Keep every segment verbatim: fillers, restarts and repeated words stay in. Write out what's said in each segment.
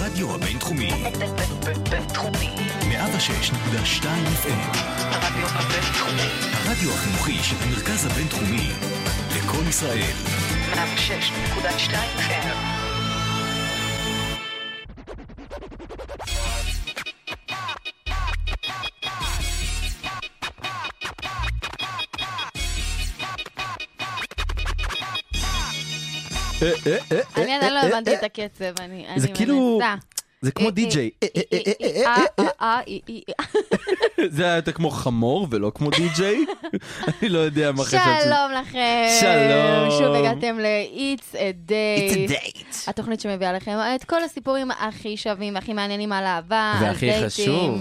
הרדיו הבינתחומי. בינתחומי. מאה ושש נקודה שתיים אף אם. הרדיו הבינתחומי. הרדיו החינוכי של המרכז הבינתחומי. לכל ישראל. מאה ושש נקודה שתיים אף אם. אני עדיין לא הבנתי את הקצב, אני מנסה. זה כאילו, זה כמו די-ג'יי. זה היה יותר כמו חמור ולא כמו די-ג'יי. אני לא יודע מה חשבת. שלום לכם. שלום. שוב הגעתם ל-It's a Date. It's a Date. התוכנית שמביאה לכם את כל הסיפורים הכי שווים והכי מעניינים על אהבה, על והכי דייטים. חשוב.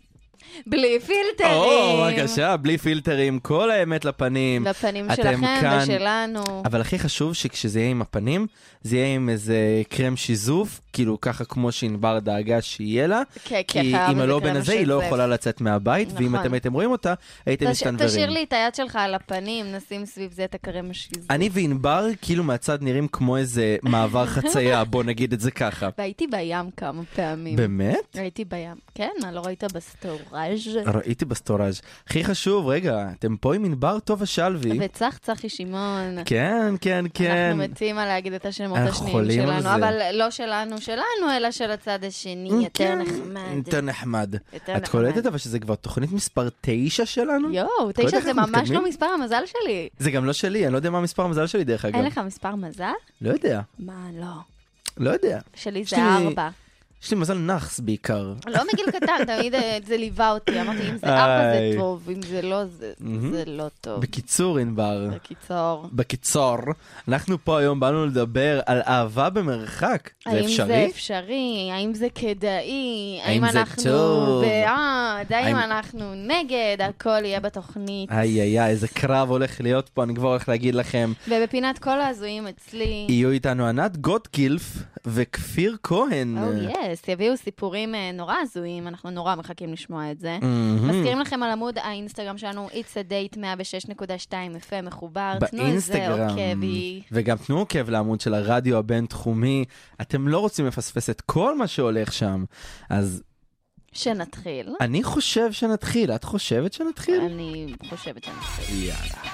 בלי פילטרים. או, בבקשה, בלי פילטרים, כל האמת לפנים. לפנים אתם שלכם כאן. ושלנו. אבל הכי חשוב שכשזה יהיה עם הפנים, זה יהיה עם איזה קרם שיזוף, כאילו ככה כמו שענבר דאגה שיהיה לה. כן, כי חייב עם איזה הלובן קרם הזה היא לא שיזוף. יכולה לצאת מהבית, ואם נכון. אתם הייתם רואים אותה, הייתם תש- מסתנוורים. תשאיר לי את היד שלך על הפנים, נשים סביב זה את הקרם השיזוף. אני וענבר כאילו מהצד נראים כמו איזה מעבר חצייה, בוא נגיד את זה ככה. והייתי בים כמה פעמים. באמת? הייתי בים. כן, מה, לא ראית בסטוראז'? ראיתי בסטוראז'. הכי חשוב, רגע, אתם פה עם ענבר טובה שלוי. וצח צחי שמעון. כן, כן, כן. אנחנו מתים על להגיד את השמות אנחנו השניים חולים על שלנו, זה. אבל לא שלנו שלנו, אלא של הצד השני, יותר כן, נחמד. יותר נחמד. יותר את נחמד. קולטת אבל שזה כבר תוכנית מספר תשע שלנו? יואו, יודעת תשע איך זה אנחנו ממש מתקדמים? לא מספר המזל שלי. זה גם לא שלי, אני לא יודע מה מספר המזל שלי דרך אגב. אין לך מספר מזל? לא יודע, מה, לא. לא יודע. שלי יש זה לי- ארבע. יש לי מזל נחס בעיקר. לא מגיל קטן, תמיד אה, זה ליווה אותי. אמרתי, אם זה ארבע זה איי. טוב, אם זה לא, זה מהמם. זה לא טוב. בקיצור, ענבר, בקיצור. בקיצור, אנחנו פה היום באנו לדבר על אהבה במרחק. זה האם אפשרי? זה אפשרי? האם זה כדאי? האם האם זה אנחנו טוב? בעד? האם האם- אנחנו נגד? הכל יהיה בתוכנית. איי איי איי, איזה קרב הולך להיות פה, אני כבר הולך להגיד לכם. ובפינת כל ההזויים אצלי, יהיו איתנו ענת גוטקילף וכפיר כהן. או יס, יביאו סיפורים אה, נורא הזויים, אנחנו נורא מחכים לשמוע את זה. מהמם. מזכירים לכם על עמוד האינסטגרם שלנו, It's a Date מאה ושש נקודה שתיים אף אם מחובר, תנו איזה באינסטגרם, עוקבי. וגם תנו עוקב לעמוד של הרדיו הבינתחומי, אתם לא רוצים לפספס את כל מה שהולך שם, אז שנתחיל. אני חושב שנתחיל, את חושבת שנתחיל? אני חושבת שנתחיל. יאללה.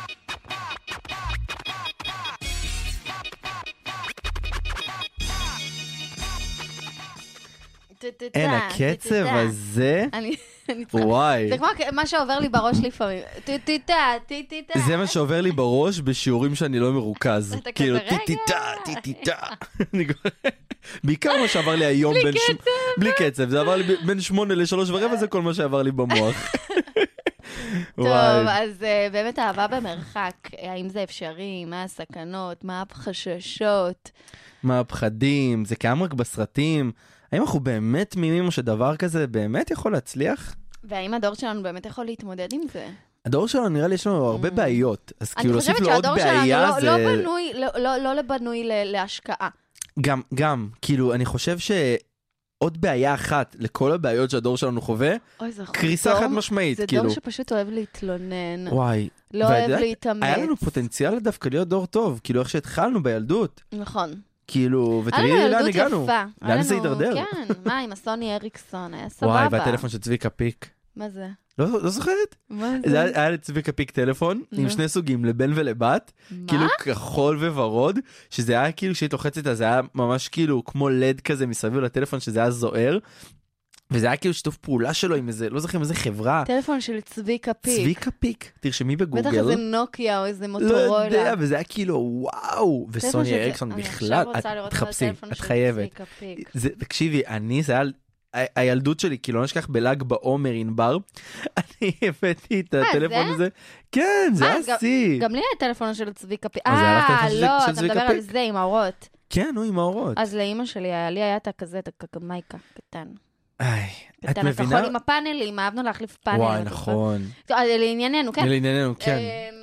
אין, הקצב הזה, אני אני צריכה... וואי, זה כמו מה שעובר לי בראש לפעמים. טיטיטה, טיטיטה. זה מה שעובר לי בראש בשיעורים שאני לא מרוכז. אתה כאילו, כזה, רגע. טיטיטה, טיטיטה. אני כבר- בעיקר מה שעבר לי היום בלי בין ש- קצב. בלי קצב, זה עבר לי ב- בין שמונה לשלוש ורבע, זה כל מה שעבר לי במוח. טוב, וואי. אז uh, באמת אהבה במרחק, האם זה אפשרי, מה הסכנות, מה החששות. מה הפחדים, זה קיים רק בסרטים. האם אנחנו באמת תמימים או שדבר כזה באמת יכול להצליח? והאם הדור שלנו באמת יכול להתמודד עם זה? הדור שלנו נראה לי יש לנו הרבה בעיות, אז אני כאילו להוסיף חושבת לו עוד שהדור שלנו בעיה לא, זה... לא בנוי, לא, לא, לא לבנוי ל- להשקעה. גם, גם, כאילו אני חושב שעוד בעיה אחת לכל הבעיות שהדור שלנו חווה, אוי, זה קריסה דור- חד משמעית, זה כאילו. דור שפשוט אוהב להתלונן, וואי. לא ואת אוהב יודעת, להתאמץ. היה לנו פוטנציאל דווקא להיות דור טוב, כאילו איך שהתחלנו בילדות, נכון. כאילו, היה לנו ותראי לאן ילדות הגענו, יפה. היה לאן זה לנו- הידרדר. כן, מה עם הסוני אריקסון, היה סבבה. וואי, והטלפון של צביקה פיק. מה זה? לא, לא זוכרת? מה זה זה? היה היה לצביקה פיק טלפון, עם נו. שני סוגים, לבן ולבת, מה? כאילו כחול וורוד, שזה היה כאילו שהיא לוחצת, אז זה היה ממש כאילו כמו לד כזה מסביב לטלפון, שזה היה זוהר, וזה היה כאילו שיתוף פעולה שלו עם איזה, לא זוכר עם איזה חברה, טלפון של צביקה פיק. צביקה פיק, תרשמי בגוגל. בטח איזה נוקיה או איזה לא מוטורולה. יודע, וזה היה כאילו וואו, טלפון וסוני שזה- אריקסון אני בכלל, עכשיו רוצה את לראות את תחפשי, הטלפון את של חייבת. צביקה פיק. זה, תקשיבי, אני, זה היה ה- הילדות שלי, כאילו לא נשכח בל"ג בעומר ענבר, אני הבאתי את מה, הטלפון זה? הזה, כן, זה אה, היה אז גם- שיא. גם לי היה טלפון של צביקה פיק. אז זה היה לך אה, טלפון של- לא, של אתה צביקה מדבר על פיק? זה עם האורות. כן, נו, עם האורות. אז לאמא שלי היה, לי היה את הכזה, את הקקמייקה, קטן. איי, את קטן, מבינה? הכחול עם הפאנלים, אהבנו להחליף פאנלים. וואי, אתה זוכר? נכון. טוב, אז לענייננו, כן. לענייננו, כן. אמ, אז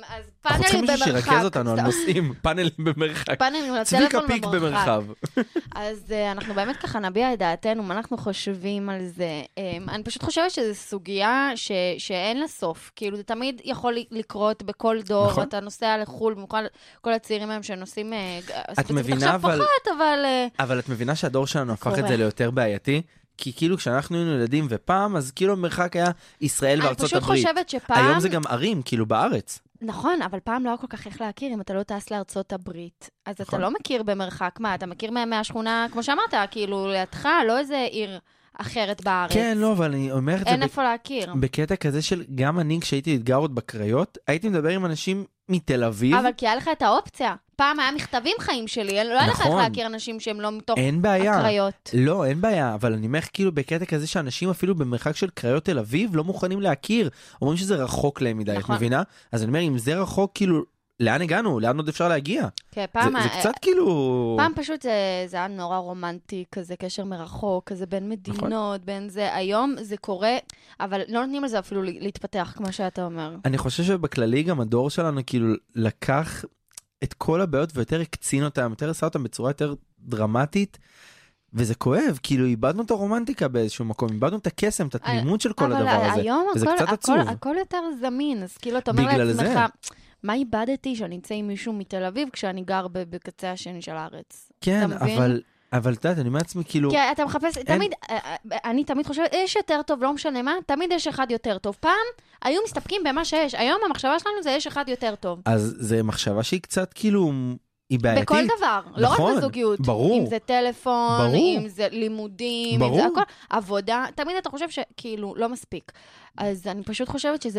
אנחנו צריכים פאנלים מישהו במרחק. שירכז אותנו על נושאים, פאנלים במרחק. פאנלים עם צביקה הטלפון פיק במרחק. במרחב. אז uh, אנחנו באמת ככה נביע את דעתנו, מה אנחנו חושבים על זה. Um, אני פשוט חושבת שזו סוגיה ש, שאין לה סוף. כאילו, זה תמיד יכול לקרות בכל דור. נכון. אתה נוסע לחול, במיוחד כל הצעירים מהם שנוסעים... Uh, את מבינה עכשיו אבל... פחות, אבל... Uh, אבל את מבינה שהדור שלנו הפך קורה. את זה ליותר בעייתי? כי כאילו כשאנחנו היינו ילדים ופעם, אז כאילו המרחק היה ישראל אני וארצות פשוט הברית. חושבת שפעם... היום זה גם ערים, כאילו בארץ. נכון, אבל פעם לא היה כל כך איך להכיר אם אתה לא טס לארצות הברית. אז נכון. אתה לא מכיר במרחק. מה, אתה מכיר מה- מהשכונה, כמו שאמרת, כאילו לידך, לא איזה עיר אחרת בארץ. כן, לא, אבל אני אומר את זה אין ב- איפה להכיר. בקטע כזה של גם אני כשהייתי אתגר עוד בקריות, הייתי מדבר עם אנשים מתל אביב. אבל כי היה לך את האופציה. פעם היה מכתבים חיים שלי, לא היה לך איך נכון. להכיר אנשים שהם לא מתוך אין בעיה. הקריות. לא, אין בעיה, אבל אני אומר כאילו בקטע כזה שאנשים אפילו במרחק של קריות תל אביב לא מוכנים להכיר. אומרים שזה רחוק להם מדי, את נכון. מבינה? אז אני אומר, אם זה רחוק, כאילו, לאן הגענו? לאן עוד אפשר להגיע? כן, זה, פעם... זה קצת כאילו... פעם פשוט זה, זה היה נורא רומנטי, כזה קשר מרחוק, כזה בין מדינות, בין זה. היום זה קורה, אבל לא נותנים לזה אפילו להתפתח, כמו שאתה אומר. אני חושב שבכללי גם הדור שלנו כאילו לקח את כל הבעיות ויותר הקצין אותם, יותר עשה אותם בצורה יותר דרמטית, וזה כואב, כאילו איבדנו את הרומנטיקה באיזשהו מקום, איבדנו את הקסם, את התמימות של כל הדבר הזה, אבל היום וזה הכל, קצת עצוב. הכל, הכל יותר זמין, אז כאילו אתה אומר בגלל לעצמך, זה. מה איבדתי שאני אצא עם מישהו מתל אביב כשאני גר ב- בקצה השני של הארץ? כן, אתה מבין? אבל, אבל את יודעת, אני אומר לעצמי כאילו, כי אתה מחפש, תמיד, אני תמיד חושבת, יש יותר טוב, לא משנה מה, תמיד יש אחד יותר טוב. פעם היו מסתפקים במה שיש, היום המחשבה שלנו זה יש אחד יותר טוב. אז זה מחשבה שהיא קצת כאילו, היא בעייתית. בכל דבר, לא רק נכון, בזוגיות. ברור. אם זה טלפון, ברור. אם זה לימודים, ברור. אם זה הכל, עבודה, תמיד אתה חושב שכאילו לא מספיק. אז אני פשוט חושבת שזה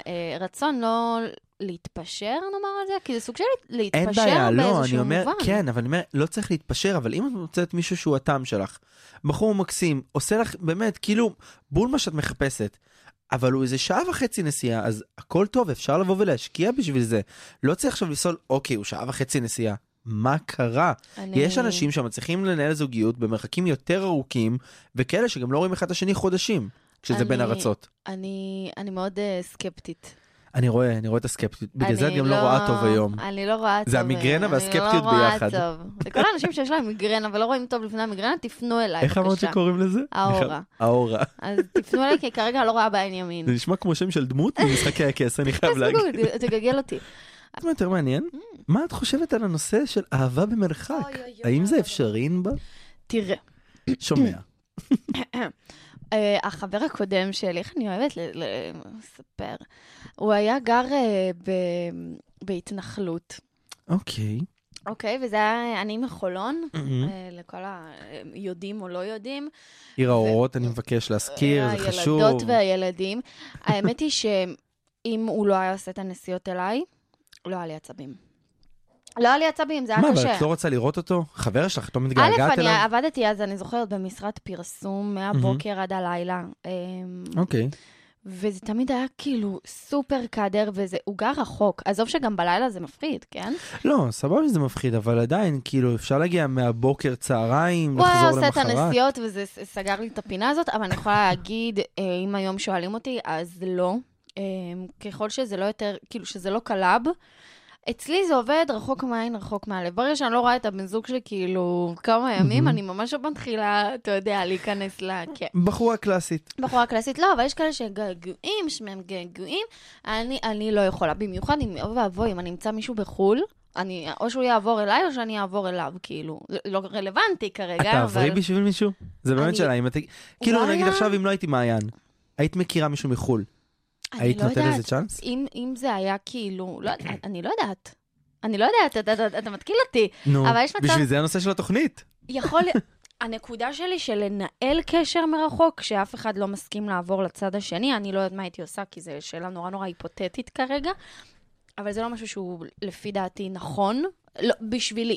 הרצון לא להתפשר, נאמר על זה, כי זה סוג של להתפשר אין בעיה, לא, אני באיזשהו אומר, מובן. כן, אבל אני אומר, לא צריך להתפשר, אבל אם את מוצאת מישהו שהוא הטעם שלך, בחור מקסים, עושה לך באמת, כאילו, בול מה שאת מחפשת, אבל הוא איזה שעה וחצי נסיעה, אז הכל טוב, אפשר לבוא ולהשקיע בשביל זה. לא צריך עכשיו לסול, אוקיי, הוא שעה וחצי נסיעה. מה קרה? אני... יש אנשים שמצליחים לנהל זוגיות במרחקים יותר ארוכים, וכאלה שגם לא רואים אחד את השני חודשים, כשזה אני- בין ארצות. אני, אני מאוד uh, סקפטית. אני רואה, אני רואה את הסקפטיות. בגלל זה את אני גם לא רואה טוב היום. אני לא רואה טוב. זה המיגרנה אני והסקפטיות לא רואה ביחד. טוב. לכל האנשים שיש להם מיגרנה ולא רואים טוב לפני המיגרנה, תפנו אליי, איך אמרת בבקשה. שקוראים לזה? האורה. האורה. אז תפנו אליי, כי כרגע לא רואה בעין ימין. זה נשמע כמו שם של דמות ממשחקי הכס, אני חייב להגיד. תסגור, תגגל אותי. זה יותר מעניין. מה את חושבת על הנושא של אהבה במרחק? אוי, אוי, אוי, האם זה אוי. אפשרי בה? תראה, שומע. אה, החבר הקודם שלי, איך אני אוהבת ל- ל- לספר, הוא היה גר אה, ב- בהתנחלות. אוקיי. אוקיי, וזה היה אני מחולון, מהמם. אה, לכל היודעים או לא יודעים. עיר האורות, אני מבקש להזכיר, זה חשוב. הילדות והילדים. האמת היא שאם הוא לא היה עושה את הנסיעות אליי, לא היה לי עצבים. לא היה לי עצבים, זה היה מה, אבל קשה. את לא רוצה לראות אותו? חבר שלך, את לא א', מתגעגעת אני אליו? עבדתי אז, אני זוכרת, במשרד פרסום מהבוקר עד הלילה. אמ, אוקיי. וזה תמיד היה כאילו סופר קאדר, והוא גר רחוק. עזוב שגם בלילה זה מפחיד, כן? לא, סבבה שזה מפחיד, אבל עדיין, כאילו, אפשר להגיע מהבוקר, צהריים, הוא היה לחזור עושה את למחרת. הנסיעות, וזה ס- סגר לי את הפינה הזאת, אבל אני יכולה להגיד, אה, אם היום שואלים אותי, אז לא. אה, ככל שזה לא יותר, כאילו שזה לא קלאב, אצלי זה עובד רחוק מהעין, רחוק מהלב. ברגע שאני לא רואה את הבן זוג שלי, כאילו, כמה ימים, אני ממש לא מתחילה, אתה יודע, להיכנס ל... כן. בחורה קלאסית. בחורה קלאסית, לא, אבל יש כאלה שגעגועים, שמהם געגועים. אני, אני לא יכולה, במיוחד אם אוי ואבוי, אם אני אמצא מישהו בחול, אני, או שהוא יעבור אליי, או שאני אעבור אליו, כאילו. לא רלוונטי כרגע, את אבל... תעברי בשביל מישהו? זה באמת אני- שאלה, אם את... כאילו, וואלה. נגיד עכשיו, אם לא הייתי מעיין, היית מכירה מישהו מחול, אני היית לא נותן יודעת. לזה צ'אנס? אם, אם זה היה כאילו, לא, יודעת, אני לא יודעת. אני לא יודעת, אתה, אתה, אתה מתקיל אותי. נו, אבל יש מצב- בשביל זה הנושא של התוכנית. יכול... הנקודה שלי של לנהל קשר מרחוק, שאף אחד לא מסכים לעבור לצד השני, אני לא יודעת מה הייתי עושה, כי זו שאלה נורא נורא היפותטית כרגע, אבל זה לא משהו שהוא לפי דעתי נכון, לא, בשבילי.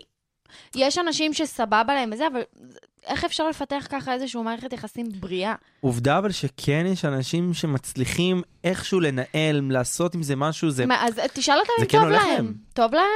יש אנשים שסבבה להם וזה, אבל איך אפשר לפתח ככה איזשהו מערכת יחסים בריאה? עובדה אבל שכן יש אנשים שמצליחים איכשהו לנהל, לעשות עם זה משהו, זה... מה, אז תשאל אותם זה אם כן טוב הולך להם. להם. טוב להם?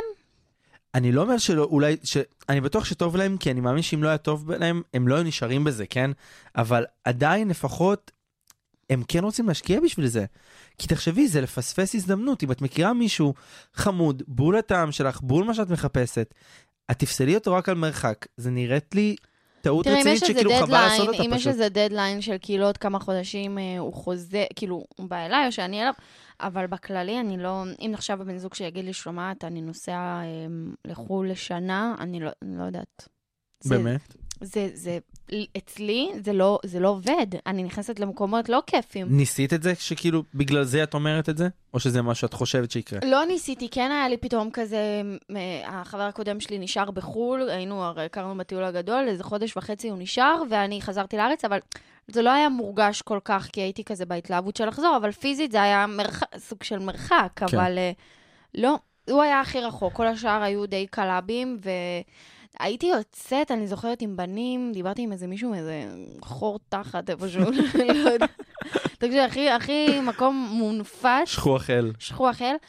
אני לא אומר שלא, אולי, ש... אני בטוח שטוב להם, כי אני מאמין שאם לא היה טוב להם, הם לא היו נשארים בזה, כן? אבל עדיין לפחות, הם כן רוצים להשקיע בשביל זה. כי תחשבי, זה לפספס הזדמנות. אם את מכירה מישהו חמוד, בול הטעם שלך, בול מה שאת מחפשת, את תפסלי אותו רק על מרחק. זה נראית לי טעות רצינית שכאילו חבל לעשות אותה פשוט. אם יש איזה דדליין של כאילו עוד כמה חודשים הוא חוזה, כאילו הוא בא אליי או שאני אליו, אבל בכללי אני לא, אם נחשב בבן זוג שיגיד לי שומעת, אני נוסע לחול לשנה, אני לא, אני לא יודעת. באמת? זה, זה, אצלי זה לא, זה לא עובד. אני נכנסת למקומות לא כיפים. ניסית את זה שכאילו בגלל זה את אומרת את זה? או שזה מה שאת חושבת שיקרה? לא ניסיתי, כן היה לי פתאום כזה, החבר הקודם שלי נשאר בחול, היינו, הרי הכרנו בטיול הגדול, איזה חודש וחצי הוא נשאר, ואני חזרתי לארץ, אבל זה לא היה מורגש כל כך, כי הייתי כזה בהתלהבות של לחזור, אבל פיזית זה היה מרח... סוג של מרחק, כן. אבל לא, הוא היה הכי רחוק, כל השאר היו די קלאבים, ו... הייתי יוצאת, אני זוכרת עם בנים, דיברתי עם איזה מישהו, איזה חור תחת איפשהו, לא יודע. תקשיב, הכי, הכי מקום מונפת. שכוח אל. שכוח אל.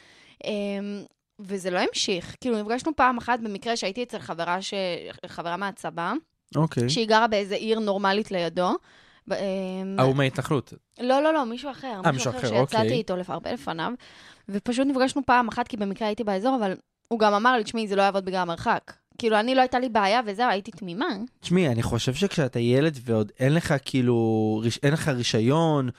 וזה לא המשיך. כאילו, נפגשנו פעם אחת במקרה שהייתי אצל חברה, ש... חברה מהצבא, אוקיי. שהיא גרה באיזה עיר נורמלית לידו. ההוא מההתנחלות. לא, לא, לא, מישהו אחר. אה, מישהו אחר, אוקיי. שיצאתי איתו הרבה לפניו, ופשוט נפגשנו פעם אחת, כי במקרה הייתי באזור, אבל הוא גם אמר לי, תשמעי, זה לא יעבוד בגלל המרחק. כאילו, אני לא הייתה לי בעיה, וזהו, הייתי תמימה. תשמעי, אני חושב שכשאתה ילד ועוד אין לך, כאילו, אין לך רישיון,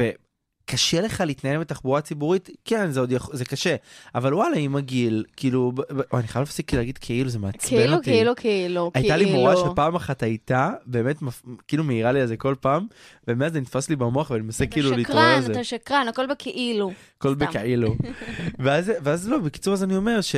וקשה לך להתנהל בתחבורה ציבורית, כן, זה עוד יכול, זה קשה. אבל וואלה, עם הגיל, כאילו, אני חייב להפסיק להגיד כאילו, זה מעצבן כאילו, אותי. כאילו, כאילו, הייתה לי מורה שפעם אחת הייתה, באמת, כאילו, מהירה לי על זה כל פעם, ומאז זה נתפס לי במוח, ואני מנסה כאילו להתעורר על זה. אתה שקרן, הכל בכאילו. הכל בכאילו. ואז לא, בקיצור, אז אני אומר ש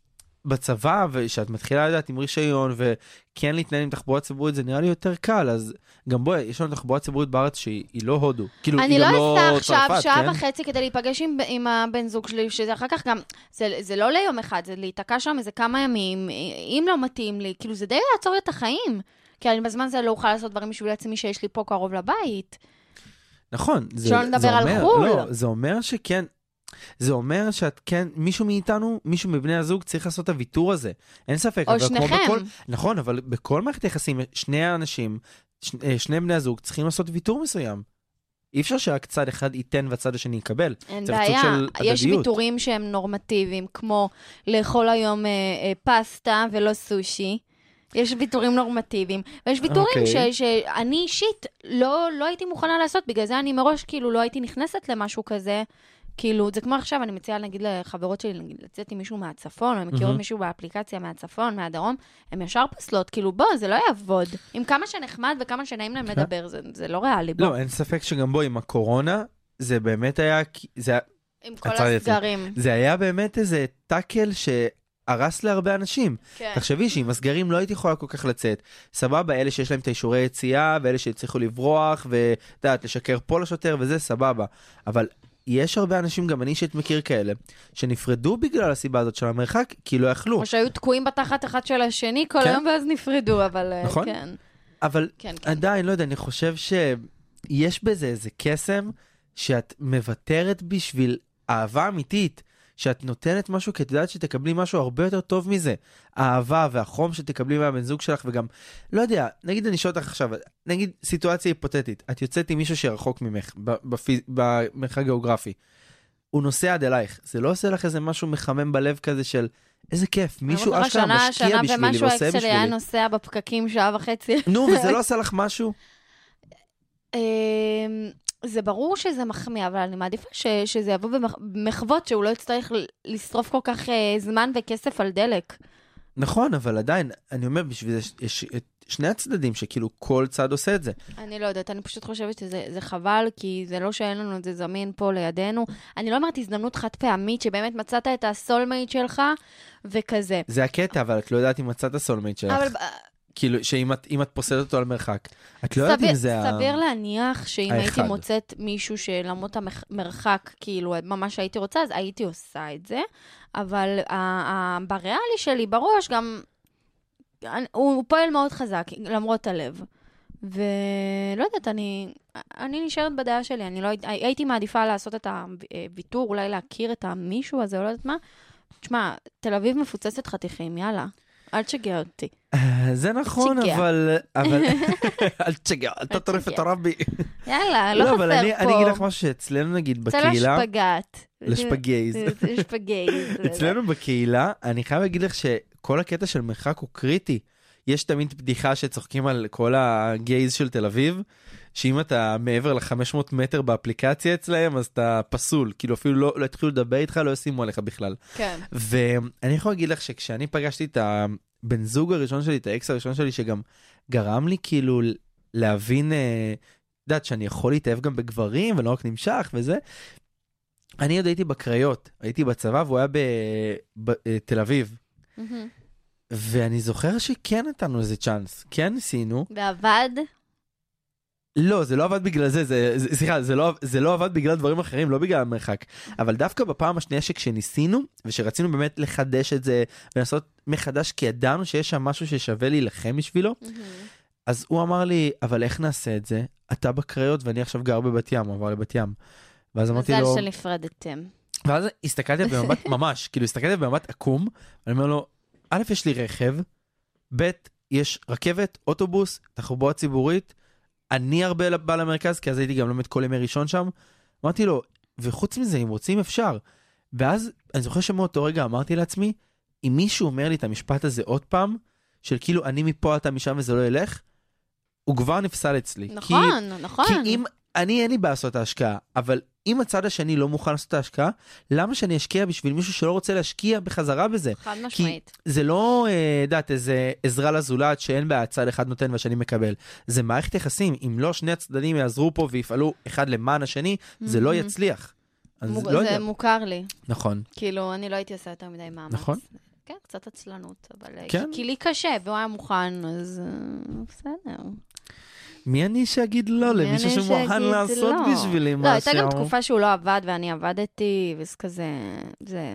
בצבא, ושאת מתחילה לדעת עם רישיון, וכן להתנהל עם תחבורה ציבורית, זה נראה לי יותר קל, אז גם בואי, יש לנו תחבורה ציבורית בארץ שהיא לא הודו. כאילו, אני היא לא גם לא אסע עכשיו צרפת, שעה כן? וחצי כדי להיפגש עם, עם הבן זוג שלי, שזה אחר כך גם, זה, זה לא ליום אחד, זה להיתקע שם איזה כמה ימים, אם לא מתאים לי, כאילו זה די לעצור את החיים, כי אני בזמן זה לא אוכל לעשות דברים בשביל עצמי שיש לי פה קרוב לבית. נכון. זה, שלא נדבר זה על אומר, חול. לא, זה אומר שכן, זה אומר שאת כן, מישהו מאיתנו, מישהו מבני הזוג צריך לעשות את הוויתור הזה. אין ספק. או שניכם. בכל, נכון, אבל בכל מערכת יחסים, שני האנשים, שני, שני בני הזוג צריכים לעשות ויתור מסוים. אי אפשר שרק צד אחד ייתן והצד השני יקבל. אין בעיה. יש ויתורים שהם נורמטיביים, כמו לאכול היום אה, אה, פסטה ולא סושי. יש ויתורים נורמטיביים, ויש ויתורים okay. שאני אישית לא, לא הייתי מוכנה לעשות, בגלל זה אני מראש כאילו לא הייתי נכנסת למשהו כזה, כאילו, זה כמו עכשיו, אני מציעה, נגיד, לחברות שלי, נגיד, לצאת עם מישהו מהצפון, או מכירות מישהו באפליקציה מהצפון, מהדרום, הם ישר פסלות, כאילו, בוא, זה לא יעבוד. עם כמה שנחמד וכמה שנעים להם לדבר, זה, זה לא ריאלי, בוא. לא, אין ספק שגם בוא, עם הקורונה, זה באמת היה, זה, עם כל הסגרים. זה היה באמת איזה טאקל שהרס להרבה אנשים. כן. תחשבי שעם הסגרים לא הייתי יכולה כל כך לצאת. סבבה, אלה שיש להם את האישורי יציאה, ואלה שהצליחו לברוח, ודעת, לשקר פה לשוטר, וזה סבבה. אבל יש הרבה אנשים, גם אני שאת מכיר כאלה, שנפרדו בגלל הסיבה הזאת של המרחק, כי לא יכלו. או שהיו תקועים בתחת אחד של השני כל היום, ואז נפרדו, אבל נכון? כן. אבל כן, כן. עדיין, לא יודע, אני חושב שיש בזה איזה קסם, שאת מוותרת בשביל אהבה אמיתית, שאת נותנת משהו, כי את יודעת שתקבלי משהו הרבה יותר טוב מזה. האהבה והחום שתקבלי מהבן זוג שלך, וגם, לא יודע, נגיד אני שואל אותך עכשיו, נגיד סיטואציה היפותטית, את יוצאת עם מישהו שרחוק ממך, בפיז... במרחק גיאוגרפי, הוא נוסע עד אלייך, זה לא עושה לך איזה משהו מחמם בלב כזה של, איזה כיף, מישהו אשכרה משקיע בשבילי ועושה בשבילי. אקסל היה נוסע בפקקים שעה וחצי. נו, וזה לא עושה לך משהו? זה ברור שזה מחמיא, אבל אני מעדיפה ש, שזה יבוא במחוות, שהוא לא יצטרך לשרוף כל כך זמן וכסף על דלק. נכון, אבל עדיין, אני אומר, בשביל זה יש שני הצדדים שכאילו כל צד עושה את זה. אני לא יודעת, אני פשוט חושבת שזה זה חבל, כי זה לא שאין לנו את זה זמין פה לידינו. אני לא אומרת הזדמנות חד פעמית, שבאמת מצאת את הסולמייט שלך, וכזה. זה הקטע, אבל את לא יודעת אם מצאת הסולמייט שלך. אבל... כאילו, שאם את, אם את פוסדת אותו על מרחק, את לא יודעת אם זה ה... סביר להניח שאם הייתי מוצאת מישהו שלמות המרחק, כאילו, ממש הייתי רוצה, אז הייתי עושה את זה, אבל בריאלי שלי, בראש, גם, הוא פועל מאוד חזק, למרות הלב. ולא יודעת, אני, אני נשארת בדעה שלי, אני לא, הייתי מעדיפה לעשות את הוויתור, אולי להכיר את המישהו הזה, או לא יודעת מה. תשמע, תל אביב מפוצצת חתיכים, יאללה. אל תשגע אותי. זה נכון, תשגע. אבל... אבל- אל תשגע, אל תטרף את הרבי. יאללה, לא אבל חסר אני פה. אני אגיד לך משהו שאצלנו נגיד אצל בקהילה, השפגת. לשפגייז. לשפגייז. אצלנו בקהילה, אני חייב להגיד לך שכל הקטע של מרחק הוא קריטי. יש תמיד בדיחה שצוחקים על כל הגייז של תל אביב, שאם אתה מעבר ל-חמש מאות מטר באפליקציה אצלהם, אז אתה פסול. כאילו אפילו לא, לא התחילו לדבר איתך, לא ישימו עליך בכלל. כן. ואני יכול להגיד לך שכשאני פגשתי את הבן זוג הראשון שלי, את האקס הראשון שלי, שגם גרם לי כאילו להבין, אה, יודעת, שאני יכול להתאהב גם בגברים, ולא רק נמשך וזה. אני עוד הייתי בקריות, הייתי בצבא, והוא היה בתל אביב. ואני זוכר שכן נתנו איזה צ'אנס, כן ניסינו. ועבד? לא, זה לא עבד בגלל זה, זה, זה, סליחה, זה לא, זה לא עבד בגלל דברים אחרים, לא בגלל המרחק. אבל דווקא בפעם השנייה שכשניסינו, ושרצינו באמת לחדש את זה, ולעשות מחדש, כי ידענו שיש שם משהו ששווה להילחם בשבילו, אז הוא אמר לי, אבל איך נעשה את זה? אתה בקריות ואני עכשיו גר בבת ים, עבר לבת ים. ואז אמרתי לו... מזל שנפרדתם. ואז הסתכלתי במבט ממש, כאילו הסתכלתי במבט עקום, ואני אומר לו, א', יש לי רכב, ב', יש רכבת, אוטובוס, תחבורה ציבורית, אני הרבה בא למרכז, כי אז הייתי גם לומד כל ימי ראשון שם. אמרתי לו, וחוץ מזה, אם רוצים אפשר. ואז אני זוכר שמאותו רגע אמרתי לעצמי, אם מישהו אומר לי את המשפט הזה עוד פעם, של כאילו אני מפה אתה משם וזה לא ילך, הוא כבר נפסל אצלי. נכון, כי, נכון. כי אם, אני אין לי בעיה לעשות את ההשקעה, אבל אם הצד השני לא מוכן לעשות את ההשקעה, למה שאני אשקיע בשביל מישהו שלא רוצה להשקיע בחזרה בזה? חד משמעית. כי זה לא, דעת, איזה עזרה לזולת שאין בה, הצד אחד נותן והשני מקבל. זה מערכת יחסים. אם לא שני הצדדים יעזרו פה ויפעלו אחד למען השני, זה לא יצליח. אז מוק- לא זה יודע. מוכר לי. נכון. כאילו, אני לא הייתי עושה יותר מדי מאמץ. נכון. כן, קצת עצלנות, אבל... כן. כי לי קשה, והוא היה מוכן, אז אה, בסדר. מי אני שאגיד לא מי למישהו אני שמוכן שאגיד לעשות לא? בשבילי משהו? לא, הייתה גם תקופה שהוא לא עבד ואני עבדתי, וזה כזה... זה...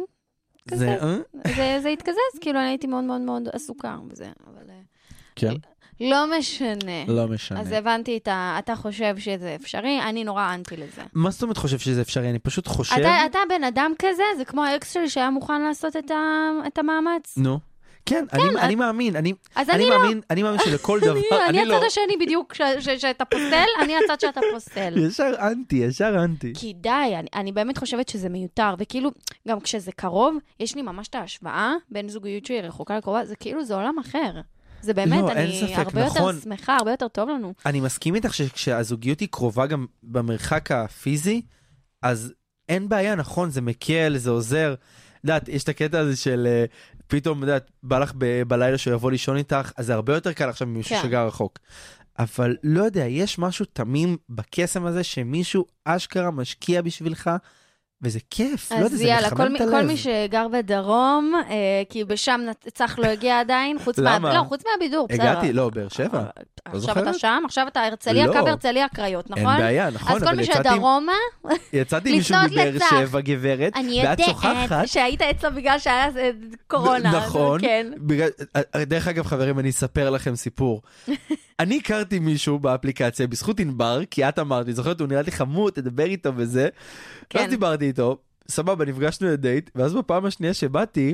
זה, אה? זה, זה התקזז, כאילו אני הייתי מאוד מאוד מאוד עסוקה בזה, אבל... אה, כן. לא משנה. לא משנה. אז הבנתי את ה... אתה חושב שזה אפשרי, אני נורא אנטי לזה. מה זאת אומרת חושב שזה אפשרי? אני פשוט חושב... אתה, אתה בן אדם כזה, זה כמו האקס שלי שהיה מוכן לעשות את, ה... את המאמץ. נו. כן, אני, את- אני מאמין, אני, אז אני אני לא. מאמין, אני מאמין שלכל דבר, אני אני לא, הצד השני בדיוק, ש- ש- שאתה פוסל, אני הצד שאתה פוסל. ישר אנטי, ישר אנטי. כי די, אני, אני באמת חושבת שזה מיותר, וכאילו, גם כשזה קרוב, יש לי ממש את ההשוואה בין זוגיות שהיא רחוקה לקרובה, זה כאילו, זה עולם אחר. זה באמת, לא, אין אני ספק, הרבה נכון. יותר שמחה, הרבה יותר טוב לנו. אני מסכים איתך שכשהזוגיות היא קרובה גם במרחק הפיזי, אז אין בעיה, נכון, זה מקל, זה עוזר. דעת, יש את הקטע הזה של אה, פתאום, דעת, בא לך ב- בלילה שהוא יבוא לישון איתך, אז זה הרבה יותר קל עכשיו ממישהו כן. שגר רחוק. אבל לא יודע, יש משהו תמים בקסם הזה שמישהו אשכרה משקיע בשבילך, וזה כיף, לא יודע, אז זה יאללה, כל, מחמם מי, את הלב. כל מי שגר בדרום, אה, כי בשם צח לא הגיע עדיין, חוץ למה? מה... לא, חוץ מהבידור, בסדר. הגעתי, לא, באר שבע. עכשיו זוכרת? אתה שם, עכשיו אתה הרצליה, לא. קו הרצליה קריות, נכון? אין בעיה, נכון, אז כל אבל מי יצאתי, שדרומה, יצאתי מישהו לפנות מבאר לצח. שבע גברת, אני ואת שוכחת. יודעת שהיית אצלו בגלל שהיה אה, קורונה. נכון. כן. בגלל, דרך אגב, חברים, אני אספר לכם סיפור. אני הכרתי מישהו באפליקציה בזכות ענבר, כי את אמרת לי, זוכרת, הוא נראה לי חמוד, תדבר איתו וזה. כן. ואז דיברתי איתו, סבבה, נפגשנו לדייט, ואז בפעם השנייה שבאתי,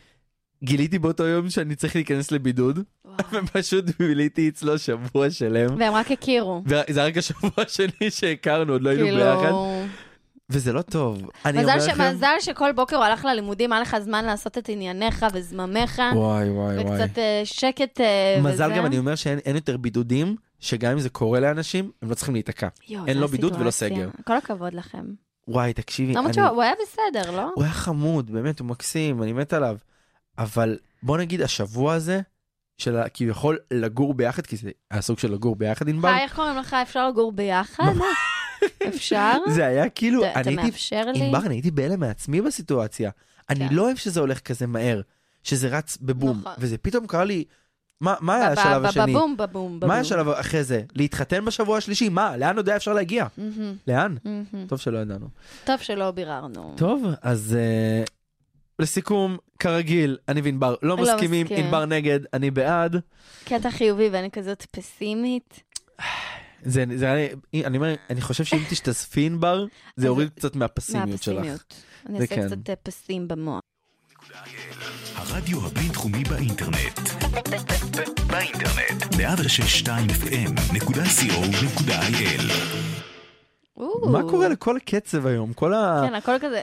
גיליתי באותו יום שאני צריך להיכנס לבידוד, ופשוט ביליתי אצלו שבוע שלם. והם רק הכירו. וזה רק השבוע השני שהכרנו, עוד לא היינו כאילו... ביחד. וזה לא טוב. אני אומר מזל, ש... לכם... מזל שכל בוקר הוא הלך ללימודים, היה לך זמן לעשות את ענייניך וזממך, וואי, וואי, וואי. וקצת אה, שקט אה, מזל וזה. גם אני אומר שאין אין יותר בידודים, שגם אם זה קורה לאנשים, הם לא צריכים להיתקע. יו, אין זו לו בידוד ולא הסיטואציה. סגר. כל הכבוד לכם. וואי, תקשיבי, למרות אני... שהוא היה בסדר, לא? הוא היה חמוד, באמת, הוא מקסים, אני מת עליו. אבל בוא נגיד, השבוע הזה, של ה- כביכול לגור ביחד, כי זה הסוג של לגור ביחד, ענבר, היי, איך קוראים לך? אפשר לגור ביחד? אפשר? זה היה כאילו, אתה- אתה אני הייתי, מאפשר לי? ענבר, אני הייתי בהלם מעצמי בסיטואציה. אני כן. לא אוהב שזה הולך כזה מהר, שזה רץ בבום, נכון. וזה פתאום קרה לי, מה מה היה בב- השלב בב- השני? בבום, בבום, בבום. מה היה השלב אחרי זה? להתחתן בשבוע השלישי? מה? לאן עוד היה אפשר להגיע? מהמם, לאן? מהמם. טוב שלא ידענו. טוב שלא ביררנו. טוב, אז uh, לסיכום, כרגיל, אני וענבר לא לא מסכימים, מסכים. ענבר נגד, אני בעד. קטע חיובי ואני כזאת פסימית. זה, זה, אני, אני אומר, אני חושב שאם תשתספי ענבר, זה אז- יוריד קצת מהפסימיות שלך. מהפסימיות. אני זה אעשה כן. קצת אה, פסים במוח. הרדיו הרדיו הבינתחומי באינטרנט. באינטרנט. מאה ושש נקודה שתיים אף אם נקודה סי או נקודה איי אל. מה קורה לכל הקצב היום? כל ה... כן, הכל כזה...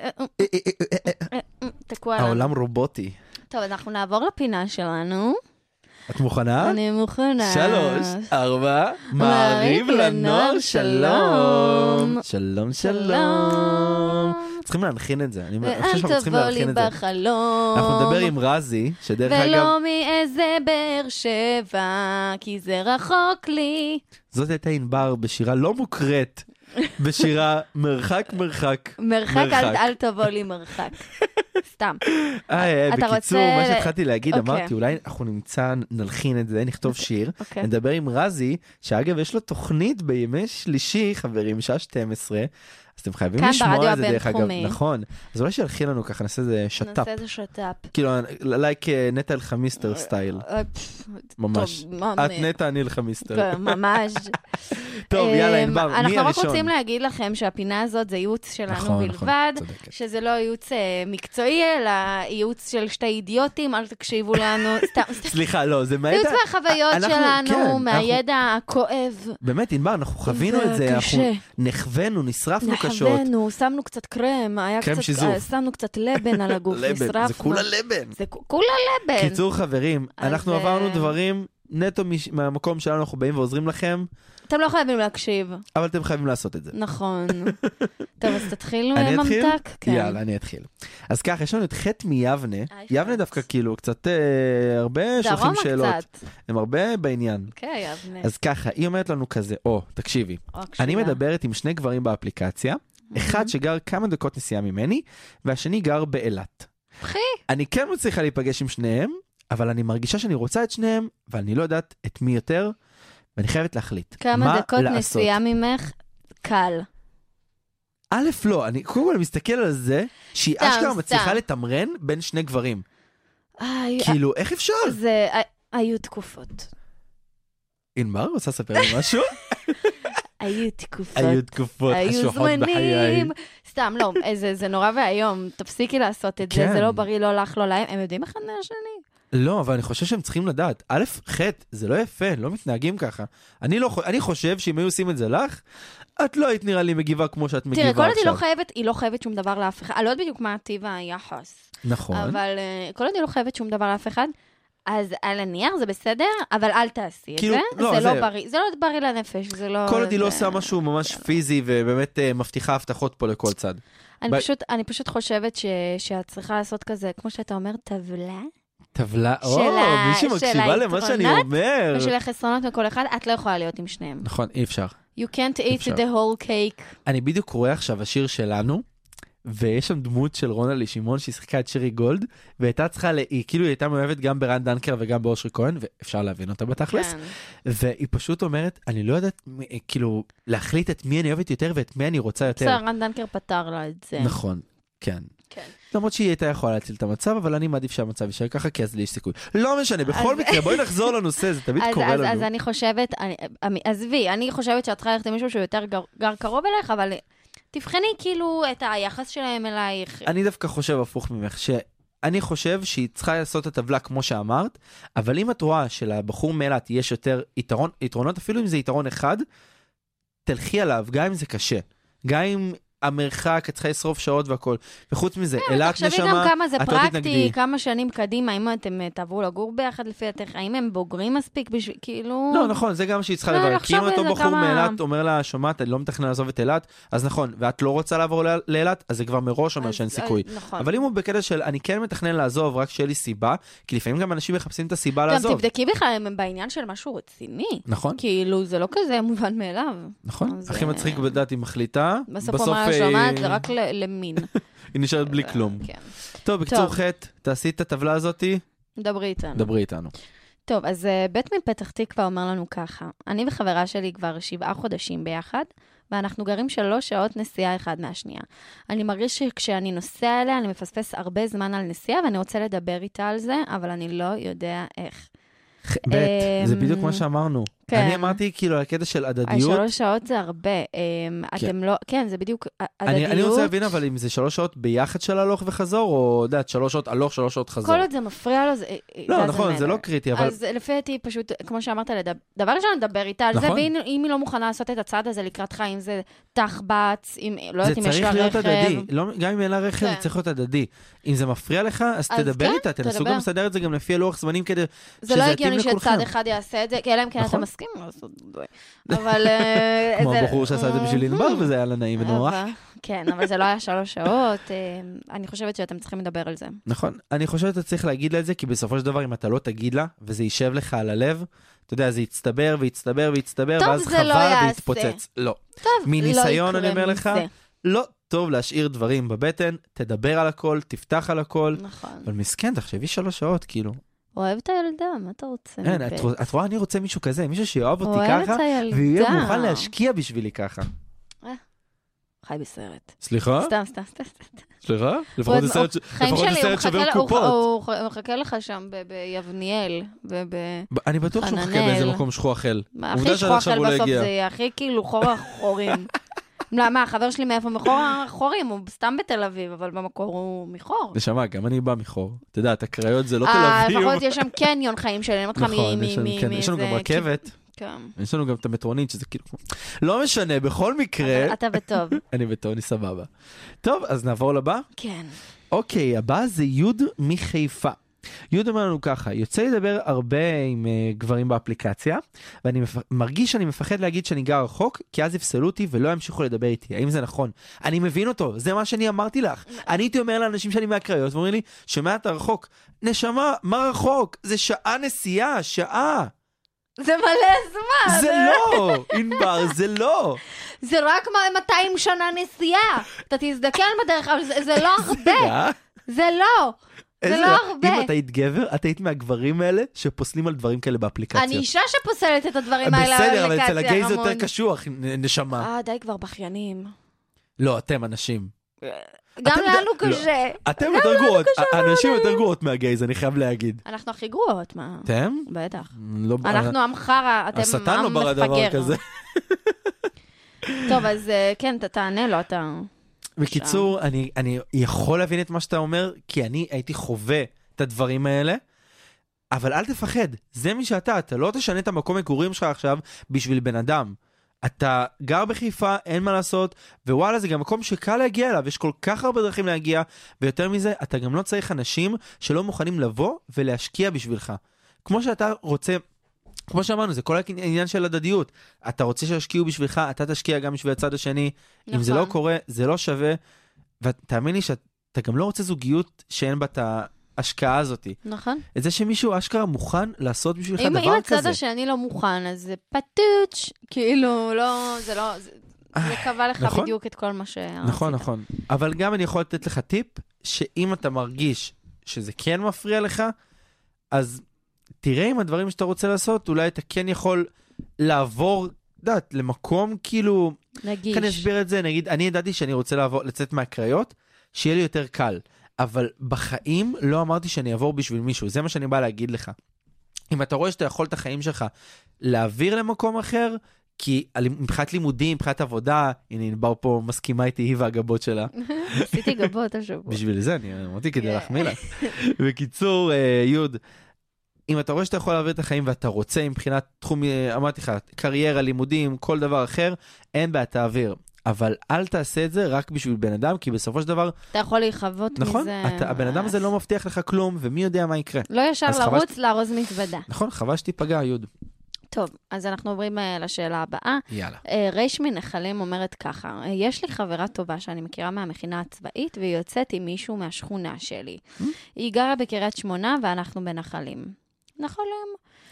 תקוע לנו. העולם רובוטי. טוב, אנחנו נעבור לפינה שלנו. את מוכנה? אני מוכנה. שלוש, ארבע, מעריב לנוער, שלום. שלום, שלום. צריכים להנחין את זה. אני חושב שאנחנו צריכים להנחין את זה. אל תבוא לי בחלום. אנחנו נדבר עם רזי, שדרך אגב... ולא מאיזה באר שבע, כי זה רחוק לי. זאת הייתה ענבר בשירה לא מוקראת, בשירה מרחק, מרחק. מרחק, אל תבוא לי מרחק. סתם. בקיצור, מה שהתחלתי להגיד, אמרתי, אולי אנחנו נמצא, נלחין את זה, נכתוב שיר, נדבר עם רזי, שאגב יש לו תוכנית בימי שלישי, חברים, שעה שתים עשרה, אז אתם חייבים לשמוע את זה דרך אגב, נכון. אז אולי שילחין לנו ככה, נעשה איזה שטאפ. נעשה איזה שטאפ. כאילו, לייק נטע אלחמיסטר סטייל. ממש. את נטע, אני אלחמיסטר. ממש. טוב, יאללה, ענבר, מי הראשון? אנחנו רק רוצים להגיד לכם שהפינה הזאת זה ייעוץ שלנו בלבד, שזה לא ייעוץ מקצועי, אלא ייעוץ של שתי אידיוטים, אל תקשיבו לנו. סליחה, לא, זה ייעוץ מהחוויות שלנו, מהידע הכואב. באמת, ענבר, אנחנו חווינו את זה, אנחנו נחוונו, נשרפנו קשות. נחוונו, שמנו קצת קרם, שמנו קצת לבן על הגוף, נשרפנו. זה כולה לבן. זה כולה לבן. קיצור, חברים, אנחנו עברנו דברים נטו מהמקום שלנו, אנחנו באים ועוזרים לכם. אתם לא חייבים להקשיב. אבל אתם חייבים לעשות את זה. נכון. טוב, אז תתחילו עם ממתק. יאללה, אני אתחיל. אז כך, יש לנו את חטא מיבנה. יבנה דווקא כאילו קצת הרבה שולחים שאלות. הם הרבה בעניין. כן, יבנה. אז ככה, היא אומרת לנו כזה, או, תקשיבי. אני מדברת עם שני גברים באפליקציה, אחד שגר כמה דקות נסיעה ממני, והשני גר באילת. אחי. אני כן מצליחה להיפגש עם שניהם, אבל אני מרגישה שאני רוצה את שניהם, ואני לא יודעת את מי יותר, ואני חייבת להחליט. כמה דקות נסיעה ממך? קל. א', לא, אני קודם כל מסתכל על זה, שהיא אשכרה מצליחה לתמרן בין שני גברים. כאילו, איך אפשר? זה, היו תקופות. ענבר, רוצה לספר לי משהו? היו תקופות. היו תקופות חשוכות בחיי. סתם, לא, זה נורא והיום, תפסיקי לעשות את זה, זה לא בריא, לא לך, לא להם, הם יודעים אחד מהשני? לא, אבל אני חושב שהם צריכים לדעת. א', חטא, זה לא יפה, לא מתנהגים ככה. אני, לא, אני חושב שאם היו עושים את זה לך, את לא היית נראה לי מגיבה כמו שאת מגיבה עכשיו. תראה, כל עוד היא לא חייבת, היא לא חייבת שום דבר לאף אחד. אני לא יודעת בדיוק מה הטיב היחס. נכון. אבל כל עוד היא לא חייבת שום דבר לאף אחד, אז על הנייר זה בסדר, אבל אל תעשי את זה. זה לא בריא, זה לא בריא לנפש, זה לא... כל עוד היא לא עושה משהו ממש פיזי, ובאמת מבטיחה הבטחות פה לכל צד. אני פשוט חושבת שאת צריכה לעשות כזה, כמו שאתה אומר, טבלה. טבלה, או, מישהי מקשיבה למה שאני אומר. ושל החסרונות מכל אחד, את לא יכולה להיות עם שניהם. נכון, אי אפשר. You can't eat the whole cake. אני בדיוק קורא עכשיו השיר שלנו, ויש שם דמות של רונה שמעון שהיא שיחקה את שירי גולד, והייתה צריכה, היא כאילו הייתה מאוהבת גם ברן דנקר וגם באושרי כהן, ואפשר להבין אותה בתכלס, והיא פשוט אומרת, אני לא יודעת כאילו להחליט את מי אני אוהבת יותר ואת מי אני רוצה יותר. בסדר, רן דנקר פתר לה את זה. נכון, כן. כן. למרות שהיא הייתה יכולה להציל את המצב, אבל אני מעדיף שהמצב יישאר ככה, כי אז לי יש סיכוי. לא משנה, בכל מקרה, בואי נחזור לנושא, זה תמיד קורה לנו. אז אני חושבת, עזבי, אני חושבת שאת צריכה ללכת למישהו שהוא יותר גר קרוב אליך, אבל תבחני כאילו את היחס שלהם אלייך. אני דווקא חושב הפוך ממך, שאני חושב שהיא צריכה לעשות את הטבלה כמו שאמרת, אבל אם את רואה שלבחור מאילת יש יותר יתרון, יתרונות, אפילו אם זה יתרון אחד, תלכי עליו, גם אם זה קשה. גם אם המרחק, את צריכה לשרוף שעות והכל. וחוץ מזה, אלת נשמה, תחשבי גם כמה זה פרקטי, כמה שנים קדימה, אם אתם תעברו לגור ביחד לפי התך, האם הם בוגרים מספיק בשביל, כאילו... לא, נכון, זה גם שהיא צריכה לברר. כי אם אותו בחור מאילת אומר לה, שומעת, אני לא מתכנן לעזוב את אילת, אז נכון, ואת לא רוצה לעבור לאילת, אז זה כבר מראש אומר שאין סיכוי. אבל אם הוא בקטע של, אני כן מתכנן לעזוב, רק שיהיה לי סיבה, כי לפעמים גם אנשים מחפשים את הסיבה לעזוב. גם תבדקי בכלל, הם בעניין של משהו רציני. נכון. כאילו, זה לא כזה מובן מאליו. נכון. הכי מצחיק בדעת היא מחליטה. בסוף שומעת, זה רק למין. היא נשארת בלי כלום. טוב, בקצור חטא, תעשי את הטבלה הזאת. דברי איתנו. דברי איתנו. טוב, אז בית מפתח תקווה אומר לנו ככה, אני וחברה שלי כבר שבעה חודשים ביחד, ואנחנו גרים שלוש שעות נסיעה אחד מהשנייה. אני מרגיש שכשאני נוסע אליה, אני מפספס הרבה זמן על נסיעה, ואני רוצה לדבר איתה על זה, אבל אני לא יודע איך. בית, זה בדיוק מה שאמרנו. כן. אני אמרתי כאילו על הקטע של הדדיות. השלוש שעות זה הרבה. אתם לא, כן, זה בדיוק הדדיות. אני רוצה להבין אבל אם זה שלוש שעות ביחד של הלוך וחזור, או יודעת, שלוש שעות הלוך, שלוש שעות חזור. כל עוד זה מפריע לו, זה... לא, נכון, זה לא קריטי, אבל... אז לפי דעתי פשוט, כמו שאמרת, דבר ראשון לדבר איתה על זה, ואם היא לא מוכנה לעשות את הצעד הזה לקראתך, אם זה תחבץ, לא יודעת אם יש לה רכב. זה צריך להיות הדדי. גם אם אין לה רכב, זה צריך להיות הדדי. אם זה מפריע לך, אז תדבר איתה, תנסו גם לסדר את זה גם לפי הלוח זמנים כדי זה לא הגיוני שצד אחד יעשה את זה, כי אלא אם כן אתה מסכים לעשות את זה. אבל... כמו הבחור שעשה את זה בשביל לנבר, וזה היה לה נעים ונוח. כן, אבל זה לא היה שלוש שעות. אני חושבת שאתם צריכים לדבר על זה. נכון. אני חושבת שאתה צריך להגיד לה את זה, כי בסופו של דבר, אם אתה לא תגיד לה, וזה יישב לך על הלב, אתה יודע, זה יצטבר ויצטבר ויצטבר, ואז חבל ויתפוצץ. לא. מניסיון אני אומר לך, לא טוב להשאיר דברים בבטן, תדבר על הכל, תפתח על הכל. נכון. אבל מסכן, תחשבי שלוש שעות, כאילו. אוהב את הילדה, מה אתה רוצה? אין, את רואה, אני רוצה מישהו כזה, מישהו שיאהב אותי ככה, ויהיה מוכן להשקיע בשבילי ככה. חי בסרט. סליחה? סתם, סתם, סתם. סליחה? לפחות זה סרט שווה קופות. הוא מחכה לך שם ביבניאל, אני בטוח שהוא מחכה באיזה מקום שכוח אל. הכי שכוח אל בסוף זה יהיה, הכי כאילו חור החורים. למה, החבר שלי מאיפה מחור החורים, הוא סתם בתל אביב, אבל במקור הוא מחור. נשמע, גם אני בא מחור. אתה יודע, הקריות זה לא תל אביב. לפחות יש שם קניון חיים שלהם, אותך נכון, יש לנו גם רכבת. כן. יש לנו גם את המטרונית, שזה כאילו... לא משנה, בכל מקרה... אתה בטוב. אני בטוב, אני סבבה. טוב, אז נעבור לבא? כן. אוקיי, הבא זה יוד מחיפה. יוד אומר לנו ככה, יוצא לדבר הרבה עם uh, גברים באפליקציה, ואני מפ... מרגיש שאני מפחד להגיד שאני גר רחוק, כי אז יפסלו אותי ולא ימשיכו לדבר איתי. האם זה נכון? אני מבין אותו, זה מה שאני אמרתי לך. אני הייתי אומר לאנשים שאני מהקריות, ואומרים לי, שומע אתה רחוק. נשמה, מה רחוק? זה שעה נסיעה, שעה. זה מלא זמן. זה לא, אינבר, זה לא. זה רק מאתיים שנה נסיעה. אתה תזדקן בדרך, אבל זה, זה לא הרבה. זה לא. זה לא הרבה. אם אתה היית גבר, אתה היית מהגברים האלה שפוסלים על דברים כאלה באפליקציות. אני אישה שפוסלת את הדברים האלה באפליקציה. בסדר, אבל אצל הגיי זה יותר קשוח, נשמה. אה, די כבר בחיינים. לא, אתם אנשים. גם לנו קשה. אתם יותר גרועות, אנשים יותר גרועות מהגייז, אני חייב להגיד. אנחנו הכי גרועות, מה? אתם? בטח. אנחנו עם חרה, אתם עם מפגר. השטן לא ברא דבר כזה. טוב, אז כן, אתה תענה לו, אתה... בקיצור, אני, אני יכול להבין את מה שאתה אומר, כי אני הייתי חווה את הדברים האלה, אבל אל תפחד, זה מי שאתה, אתה לא תשנה את המקום מגורים שלך עכשיו בשביל בן אדם. אתה גר בחיפה, אין מה לעשות, ווואלה, זה גם מקום שקל להגיע אליו, יש כל כך הרבה דרכים להגיע, ויותר מזה, אתה גם לא צריך אנשים שלא מוכנים לבוא ולהשקיע בשבילך. כמו שאתה רוצה... כמו שאמרנו, זה כל העניין של הדדיות. אתה רוצה שישקיעו בשבילך, אתה תשקיע גם בשביל הצד השני. נכון. אם זה לא קורה, זה לא שווה. ותאמין לי שאתה גם לא רוצה זוגיות שאין בה את ההשקעה הזאת. נכון. את זה שמישהו אשכרה מוכן לעשות בשבילך דבר כזה. אם הצד השני לא מוכן, אז זה פטוץ', כאילו, לא, זה לא, זה, זה קבע לך נכון? בדיוק את כל מה שעשית. נכון, נכון. אבל גם אני יכול לתת לך טיפ, שאם אתה מרגיש שזה כן מפריע לך, אז... תראה אם הדברים שאתה רוצה לעשות, אולי אתה כן יכול לעבור, דעת, למקום כאילו... נגיש. כאן אסביר את זה, נגיד, אני ידעתי שאני רוצה לעבור, לצאת מהקריות, שיהיה לי יותר קל. אבל בחיים לא אמרתי שאני אעבור בשביל מישהו, זה מה שאני בא להגיד לך. אם אתה רואה שאתה יכול את החיים שלך להעביר למקום אחר, כי מבחינת לימודים, מבחינת עבודה, הנה נבר פה מסכימה איתי היא והגבות שלה. עשיתי גבות השבוע. בשביל זה, אני אמרתי כדי להחמיא לה. בקיצור, יוד, אם אתה רואה שאתה יכול להעביר את החיים ואתה רוצה מבחינת תחום, אמרתי לך, קריירה, לימודים, כל דבר אחר, אין בעיה, תעביר. אבל אל תעשה את זה רק בשביל בן אדם, כי בסופו של דבר... אתה יכול להיחוות נכון? מזה... נכון, הבן אדם הזה לא מבטיח לך כלום, ומי יודע מה יקרה. לא ישר לרוץ, חבש... לארוז מזוודה. נכון, חבל שתיפגע, יוד. טוב, אז אנחנו עוברים לשאלה הבאה. יאללה. ריישמי נחלים אומרת ככה, יש לי חברה טובה שאני מכירה מהמכינה הצבאית, והיא יוצאת עם מישהו מהשכונה שלי. היא גרה בקריית שמונה, ואנחנו בנחלים. נחלים.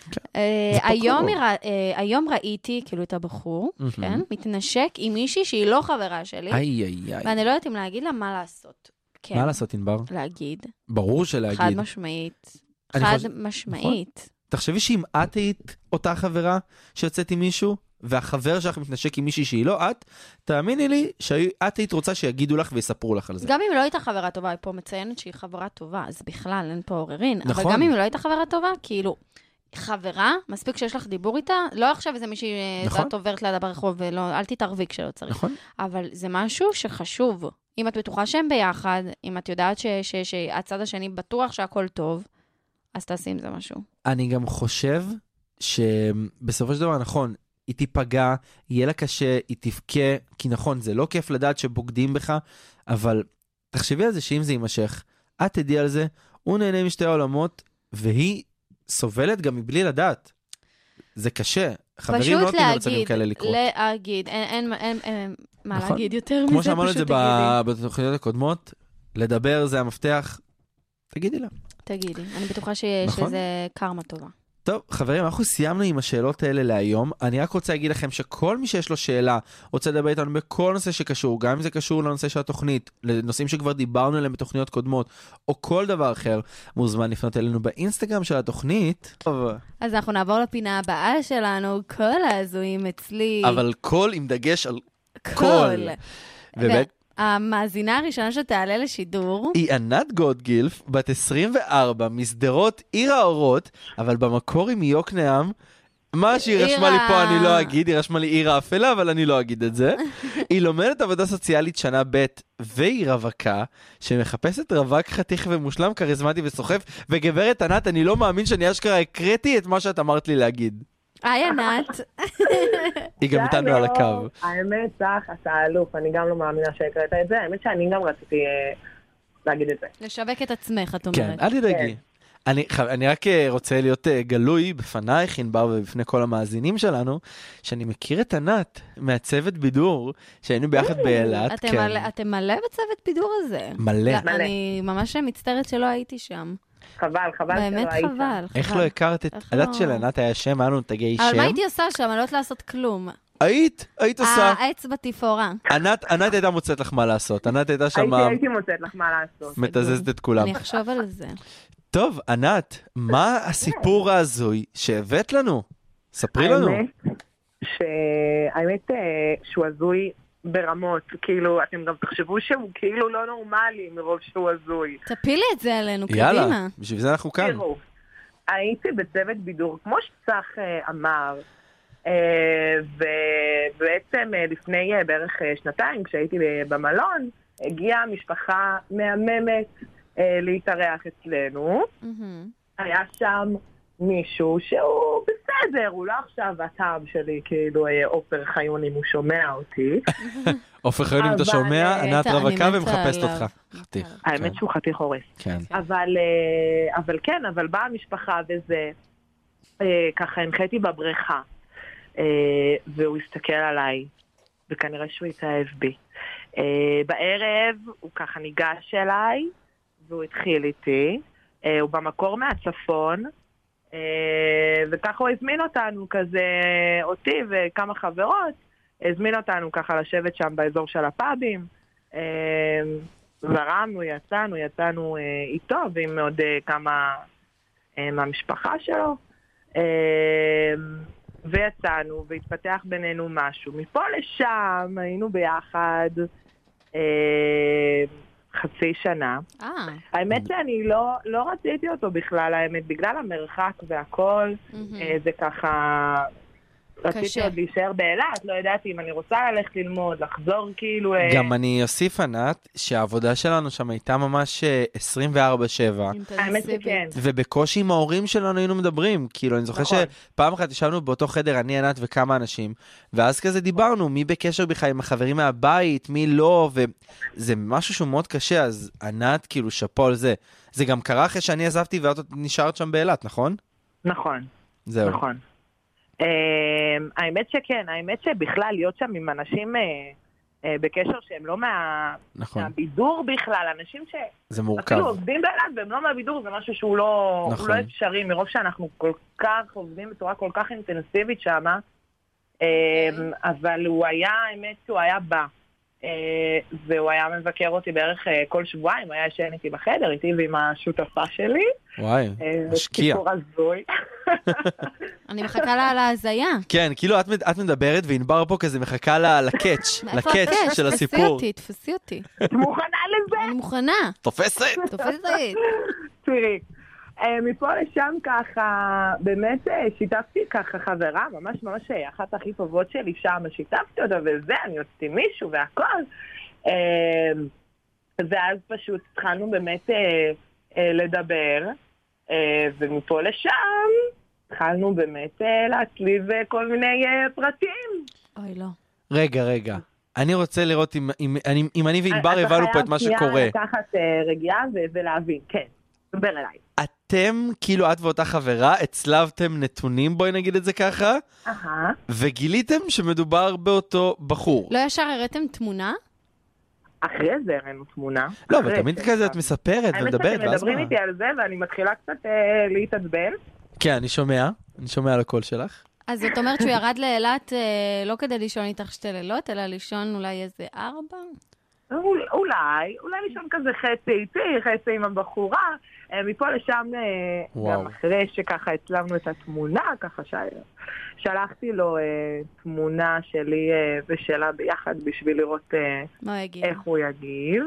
היום ראיתי, כאילו, את הבחור, כן? מתנשק עם מישהי שהיא לא חברה שלי. ואני לא יודעת אם להגיד לה מה לעשות. מה לעשות, ענבר? להגיד. ברור שלהגיד. חד משמעית. חד משמעית. תחשבי שאם את היית אותה חברה שיוצאת עם מישהו, והחבר שלך מתנשק עם מישהי שהיא לא את, תאמיני לי שאת היית רוצה שיגידו לך ויספרו לך על זה. גם אם לא הייתה חברה טובה, היא פה מציינת שהיא חברה טובה, אז בכלל אין פה עוררין. אבל גם אם לא הייתה חברה טובה, כאילו, חברה, מספיק שיש לך דיבור איתה, לא עכשיו איזה מישהי, נכון. את עוברת לידה ברחוב, ולא, אל תתערבי כשלא צריך. נכון. אבל זה משהו שחשוב. אם את בטוחה שהם ביחד, אם את יודעת ש, ש, שהצד השני בטוח שהכל טוב, אז תעשי עם זה משהו. אני גם חושב שבסופו של דבר, נכון, היא תיפגע, יהיה לה קשה, היא תבכה, כי נכון, זה לא כיף לדעת שבוגדים בך, אבל תחשבי על זה שאם זה יימשך, את תדעי על זה, הוא נהנה משתי העולמות, והיא סובלת גם מבלי לדעת. זה קשה. חברים לא נותנים למצבים כאלה לקרות. פשוט להגיד, להגיד, אין, אין, אין, אין מה נכון. להגיד יותר מזה, כמו שאמרנו את זה פשוט תגידי. בתוכניות הקודמות, לדבר זה המפתח, תגידי לה. תגידי, אני בטוחה שיש נכון. איזה קרמה טובה. טוב, חברים, אנחנו סיימנו עם השאלות האלה להיום. אני רק רוצה להגיד לכם שכל מי שיש לו שאלה, רוצה לדבר איתנו בכל נושא שקשור, גם אם זה קשור לנושא של התוכנית, לנושאים שכבר דיברנו עליהם בתוכניות קודמות, או כל דבר אחר, מוזמן לפנות אלינו באינסטגרם של התוכנית. טוב. אז אנחנו נעבור לפינה הבאה שלנו, כל ההזויים אצלי. אבל כל עם דגש על כל. כל. באמת? המאזינה הראשונה שתעלה לשידור היא ענת גודגילף, בת עשרים וארבע, מסדרות עיר האורות, אבל במקור היא מיוקנעם. מה שהיא רשמה לי פה אני לא אגיד, היא רשמה לי עיר האפלה, אבל אני לא אגיד את זה. היא לומדת עבודה סוציאלית שנה ב' והיא רווקה, שמחפשת רווק חתיך ומושלם, כריזמטי וסוחף, וגברת ענת, אני לא מאמין שאני אשכרה הקראתי את מה שאת אמרת לי להגיד. היי ענת. היא גם איתנו על הקו. האמת, צח, אתה אלוף, אני גם לא מאמינה שהקראת את זה, האמת שאני גם רציתי להגיד את זה. לשווק את עצמך, את כן, אומרת. אל תדאגי. אני, אני רק רוצה להיות גלוי בפנייך, ענבר, ובפני כל המאזינים שלנו, שאני מכיר את ענת מהצוות בידור, שהיינו ביחד באילת. אתם, כן. מלא, אתם מלא בצוות בידור הזה. מלא. לא, אני ממש מצטערת שלא הייתי שם. חבל, חבל שלא באמת היית. חבל. איך חבל. לא הכרת את... איך הדת לא? של ענת היה שם, היה לנו תגי שם. אבל מה הייתי עושה שם? אני לא יודעת לעשות כלום. היית, היית עושה. העץ בתפאורה. ענת, ענת הייתה מוצאת לך מה לעשות. ענת הייתה שם הייתי, הייתי מוצאת לך מה לעשות. מתזזת את כולם. אני אחשוב על זה. טוב, ענת, מה הסיפור ההזוי שהבאת לנו? ספרי לנו. האמת, שהאמת שהוא הזוי ברמות, כאילו, אתם גם תחשבו שהוא כאילו לא נורמלי מרוב שהוא הזוי. תפילי את זה עלינו, יאללה, קדימה. בשביל זה אנחנו כאן. תראו, הייתי בצוות בידור, כמו שצח uh, אמר, uh, ובעצם uh, לפני uh, בערך uh, שנתיים, כשהייתי במלון, הגיעה משפחה מהממת uh, להתארח אצלנו. מהמם. היה שם מישהו שהוא בסדר, הוא לא עכשיו הטעם שלי, כאילו עופר חיון אם הוא שומע אותי. עופר חיון אם אתה אבל, שומע, ענת אני רווקה מתה ומחפשת עליו. אותך. חתיך. האמת שהוא חתיך הורס. כן. אבל, אה, אבל כן, אבל באה המשפחה וזה, אה, ככה הנחיתי בבריכה, אה, והוא הסתכל עליי, וכנראה שהוא התאהב בי. אה, בערב הוא ככה ניגש אליי, והוא התחיל איתי, אה, הוא במקור מהצפון, אה, וככה הוא הזמין אותנו כזה, אותי וכמה חברות, הזמין אותנו ככה לשבת שם באזור של הפאבים, אה, זרמנו, יצאנו, יצאנו אה, איתו ועם עוד אה, כמה אה, מהמשפחה שלו, אה, ויצאנו והתפתח בינינו משהו. מפה לשם היינו ביחד אה, חצי שנה. אה, האמת שאני לא, לא רציתי אותו בכלל, האמת, בגלל המרחק והכל, אה, זה ככה... רציתי קשה. עוד להישאר באילת, לא ידעתי אם אני רוצה ללכת ללמוד, לחזור כאילו... אה, גם אני אוסיף, ענת, שהעבודה שלנו שם הייתה ממש אה, עשרים וארבע שבע, האמת שכן. ובקושי עם ההורים שלנו היינו מדברים. כאילו, אני זוכר נכון. שפעם אחת ישבנו באותו חדר, אני, ענת וכמה אנשים, ואז כזה דיברנו, מי בקשר בכלל עם החברים מהבית, מי לא, וזה משהו שהוא מאוד קשה, אז ענת, כאילו, שפו על זה. זה גם קרה אחרי שאני עזבתי ואת נשארת שם באילת, נכון? נכון, זהו. נכון. Uh, האמת שכן, האמת שבכלל להיות שם עם אנשים uh, uh, בקשר שהם לא מה... נכון. מהבידור בכלל, אנשים ש... זה מורכב. אפילו עובדים באילת והם לא מהבידור, זה משהו שהוא לא, נכון. הוא לא אפשרי, מרוב שאנחנו כל כך עובדים בצורה כל כך אינטנסיבית שם, uh, אבל הוא היה, האמת שהוא היה בא, uh, והוא היה מבקר אותי בערך uh, כל שבועיים, היה ישן איתי בחדר, איתי ועם השותפה שלי. וואי, uh, משקיע. סיפור הזוי. אני מחכה לה על ההזיה. כן, כאילו את, את מדברת וענבר פה כזה מחכה לה לקאץ', איפה לקאץ' הקאץ'? של תפסי הסיפור. אותי, תפסי אותי. את מוכנה לזה? אני מוכנה. תופסת! תופסת. תראי, מפה לשם ככה, באמת שיתפתי ככה חברה, ממש ממש אחת הכי טובות שלי שם, שיתפתי אותה וזה, אני יוצאתי מישהו והכל. ואז פשוט התחלנו באמת לדבר, ומפה לשם התחלנו באמת להצליב כל מיני פרטים. אוי, לא. רגע, רגע. אני רוצה לראות אם, אם, אם, אם אני וענבר הבנו פה את מה שקורה. אתה חייב לקחת רגיעה ולהבין, כן, דבר אליי. אתם, כאילו את ואותה חברה, הצלבתם נתונים, בואי נגיד את זה ככה, אהה. וגיליתם שמדובר באותו בחור. לא ישר הראיתם תמונה? אחרי זה הראינו תמונה. לא, אבל תמיד כזה את מספרת ומדברת, האמת שאתם ואז מדברים מה? איתי על זה, ואני מתחילה קצת להתעצבן. כן, אני שומע, אני שומע על הקול שלך. אז זאת אומרת שהוא ירד לאילת לא כדי לישון איתך שתי לילות, אלא לישון אולי איזה ארבע? אולי, אולי לישון כזה חצי איתי, חצי עם הבחורה. מפה לשם, גם אחרי שככה הצלבנו את התמונה, ככה שלחתי לו תמונה שלי ושלה ביחד בשביל לראות איך הוא יגיב.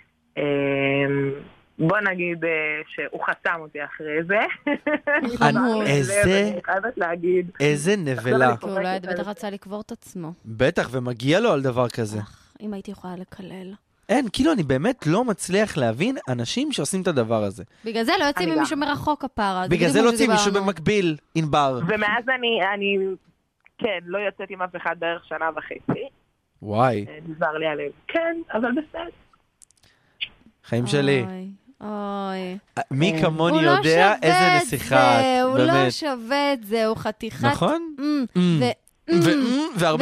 בוא נגיד שהוא חסם אותי אחרי זה. איזה, חייבת להגיד. איזה נבלה. כי הוא לא בטח רצה לקבור את עצמו. בטח, ומגיע לו על דבר כזה. אם הייתי יכולה לקלל. אין, כאילו אני באמת לא מצליח להבין אנשים שעושים את הדבר הזה. בגלל זה לא יוצאים עם מישהו מרחוק הפערה. בגלל זה לא יוצאים מישהו במקביל, ענבר. ומאז אני, אני, כן, לא יוצאת עם אף אחד בערך שנה וחצי. וואי. נזר לי עליהם. כן, אבל בסדר. חיים שלי. אוי. מי כמוני יודע איזה נסיכה את. הוא לא שווה את זה, הוא חתיכת... נכון? ו... והרבה...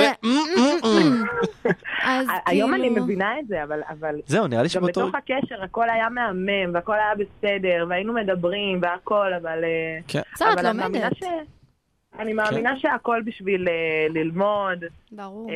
היום אני מבינה את זה, אבל... זהו, נראה לי שבאותו... גם בתוך הקשר הכל היה מהמם, והכל היה בסדר, והיינו מדברים והכל, אבל... קצת לומדת. אני מאמינה שהכל בשביל ללמוד. ברור.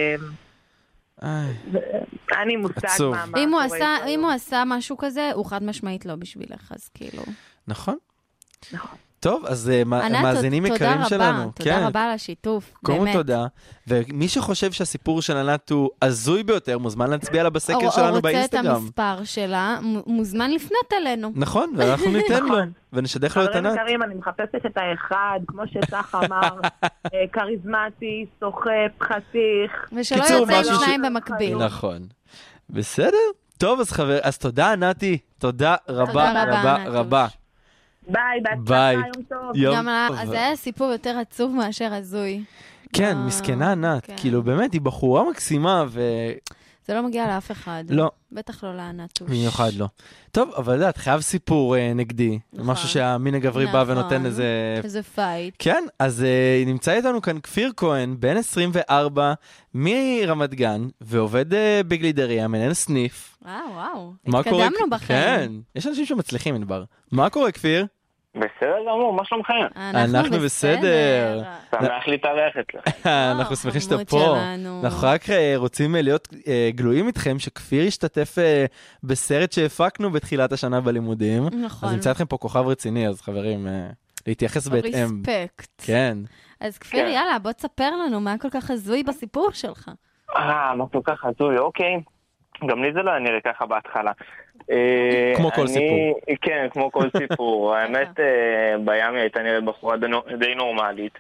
אני מוצג מה קורה. אם הוא עשה משהו כזה, הוא חד משמעית לא בשבילך, אז כאילו... נכון. נכון. טוב, אז מאזינים יקרים שלנו. תודה רבה על השיתוף, קודם כל תודה. ומי שחושב שהסיפור של ענת הוא הזוי ביותר, מוזמן להצביע לה בסקר שלנו באינסטגרם. או רוצה את המספר שלה, מוזמן לפנות אלינו. נכון, ואנחנו ניתן לו, ונשדך לו את ענת. חברים יקרים, אני מחפשת את האחד, כמו שצח אמר, כריזמטי, סוחף, חתיך. ושלא יוצא עם שניים במקביל. נכון. בסדר? טוב, אז חבר, אז תודה ענתי, תודה רבה רבה רבה. ביי, בהצלחה, יום טוב. יום טוב. אז זה היה סיפור יותר עצוב מאשר הזוי. כן, מסכנה ענת. כאילו, באמת, היא בחורה מקסימה ו... זה לא מגיע לאף אחד. לא. בטח לא לענתוש. במיוחד לא. טוב, אבל יודעת, חייב סיפור נגדי. משהו שהמין הגברי בא ונותן איזה... איזה פייט. כן, אז נמצא איתנו כאן כפיר כהן, בן עשרים וארבע, מרמת גן, ועובד בגלידריה, מנהל סניף. אה, וואו. התקדמנו בכם. כן, יש אנשים שמצליחים, ענבר. מה קורה, כפיר? בסדר גמור, מה שלומכם? אנחנו בסדר. שמח להתארח אצלך. אנחנו שמחים שאתה פה. אנחנו רק רוצים להיות גלויים איתכם שכפיר ישתתף בסרט שהפקנו בתחילת השנה בלימודים. נכון. אז נמצא אתכם פה כוכב רציני, אז חברים, להתייחס בהתאם. ריספקט. כן. אז כפיר, יאללה, בוא תספר לנו מה כל כך הזוי בסיפור שלך. אה, מה כל כך הזוי, אוקיי. גם לי זה לא נראה ככה בהתחלה. כמו כל סיפור. כן, כמו כל סיפור. האמת, בימי הייתה נראית בחורה די נורמלית.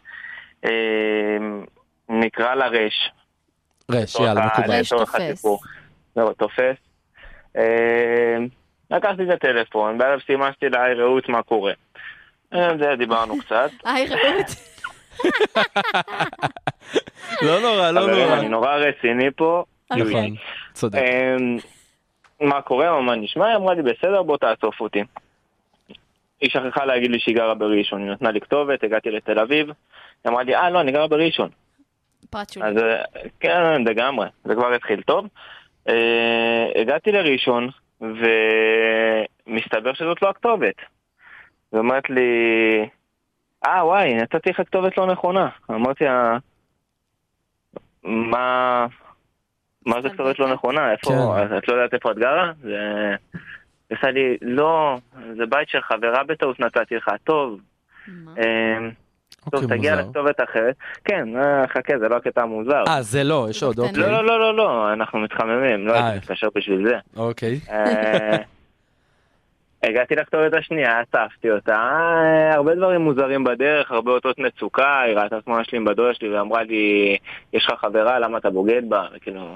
נקרא לה רש. רש, יאללה, מקובל. רש תופס. זהו, תופס. לקחתי את הטלפון, בערב סימשתי לה, היי רעות, מה קורה? זה דיברנו קצת. היי רעות. לא נורא, לא נורא. אני נורא רציני פה. נכון, צודק. מה קורה, מה נשמע? היא אמרה לי, בסדר, בוא תאסוף אותי. היא שכחה להגיד לי שהיא גרה בראשון, היא נתנה לי כתובת, הגעתי לתל אביב, היא אמרה לי, אה, לא, אני גרה בראשון. פרט שולי. אז כן, לגמרי, זה כבר התחיל טוב. הגעתי לראשון, ומסתבר שזאת לא הכתובת. היא אומרת לי, אה, וואי, נתתי לך כתובת לא נכונה. אמרתי, מה... מה זה כתובת לא נכונה? איפה? את לא יודעת איפה את גרה? זה... עשה לי, לא, זה בית של חברה בטעות נתתי לך, טוב. טוב, תגיע לכתובת אחרת. כן, חכה, זה לא הקטע המוזר. אה, זה לא, יש עוד, אוקיי. לא, לא, לא, לא, אנחנו מתחממים, לא הייתי מתקשר בשביל זה. אוקיי. הגעתי לכתובת השנייה, אספתי אותה, הרבה דברים מוזרים בדרך, הרבה אותות מצוקה, היא ראתה תמונה שלי עם בדודה שלי ואמרה לי, יש לך חברה, למה אתה בוגד בה? וכאילו,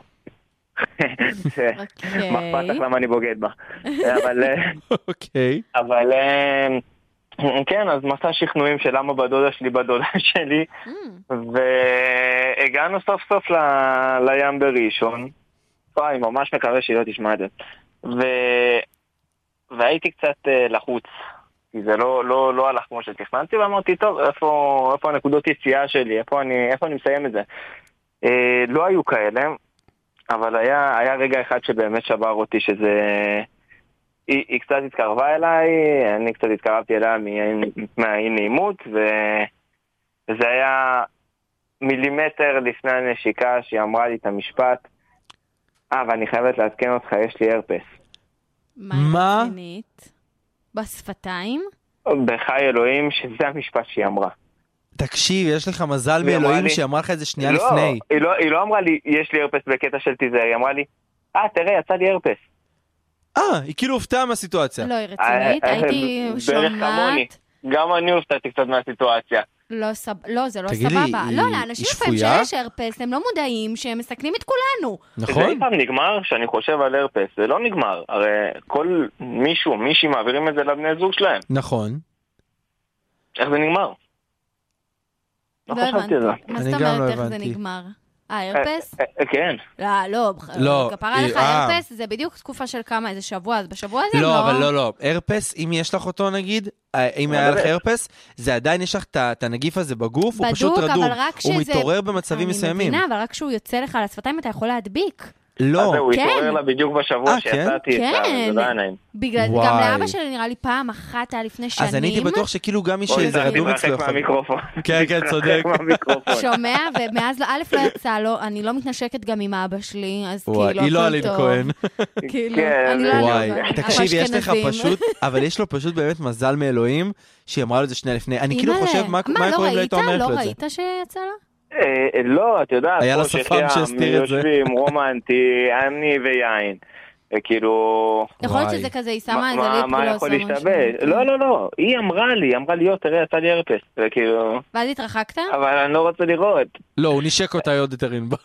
מה אכפת לך למה אני בוגד בה? אבל, אוקיי. אבל, כן, אז מסע שכנועים של למה בדודה שלי בדודה שלי, והגענו סוף סוף לים בראשון, אני ממש מקווה שהיא לא תשמע את זה, ו... והייתי קצת uh, לחוץ, כי זה לא, לא, לא הלך כמו שתכננתי, ואמרתי, טוב, איפה, איפה הנקודות יציאה שלי, איפה אני, איפה אני מסיים את זה? Uh, לא היו כאלה, אבל היה, היה רגע אחד שבאמת שבר אותי, שזה... היא, היא קצת התקרבה אליי, אני קצת התקרבתי אליה מהאי נעימות, ו... וזה היה מילימטר לפני הנשיקה, שהיא אמרה לי את המשפט, אה, ואני חייבת לעדכן אותך, יש לי הרפס. מה רצינית? בשפתיים? בחי אלוהים, שזה המשפט שהיא אמרה. תקשיב, יש לך מזל מאלוהים שהיא אמרה לך איזה שנייה לפני. היא לא, היא לא אמרה לי, יש לי הרפס בקטע של תיזהר, היא אמרה לי, אה, תראה, יצא לי הרפס. אה, היא כאילו הופתעה מהסיטואציה. לא, היא רצינית, הייתי שומעת. גם אני הופתעתי קצת מהסיטואציה. לא, סב... לא, זה לא סבבה. לא, לאנשים לפעמים שיש הרפס, הם לא מודעים שהם מסכנים את כולנו. נכון. זה פעם נגמר, שאני חושב על הרפס, זה לא נגמר. הרי כל מישהו, מישהי מעבירים את זה לבני זוג שלהם. נכון. איך זה נגמר? לא הבנתי. מה זאת אומרת איך זה נגמר? אה, הרפס? כן. לא, לא. כפרה לך הרפס, זה בדיוק תקופה של כמה, איזה שבוע, אז בשבוע הזה לא... לא, אבל לא, לא. הרפס, אם יש לך אותו נגיד, אם היה לך הרפס, זה עדיין יש לך את הנגיף הזה בגוף, הוא פשוט רדום. הוא מתעורר במצבים מסוימים. אני מבינה, אבל רק כשהוא יוצא לך על השפתיים, אתה יכול להדביק. לא. אז הוא התעורר לה בדיוק בשבוע שיצאתי את העיניים. גם לאבא שלי נראה לי פעם אחת היה לפני שנים. אז אני הייתי בטוח שכאילו גם מי שזה רדום אצלו. כן, כן, צודק. שומע, ומאז א' לא יצא לו, אני לא מתנשקת גם עם אבא שלי, אז כאילו היא לא אלין כהן. כאילו, אני לא אלין. תקשיב, יש לך פשוט, אבל יש לו פשוט באמת מזל מאלוהים, שהיא אמרה לו את זה שנייה לפני. אני כאילו חושב, מה קורה אם לא היית אומרת לו את זה? לא ראית שיצא לה? לא, את יודעת, היה לה שפם שהסתיר את זה. יושבים רומנטי, אני ויין. כאילו... יכול להיות שזה כזה, היא שמה איזה ליפ מה יכול להשתבש? לא, לא, לא. היא אמרה לי, היא אמרה לי, תראה, יצא לי הרפס. וכאילו... ואז התרחקת? אבל אני לא רוצה לראות. לא, הוא נשק אותה עוד יותר אינבה.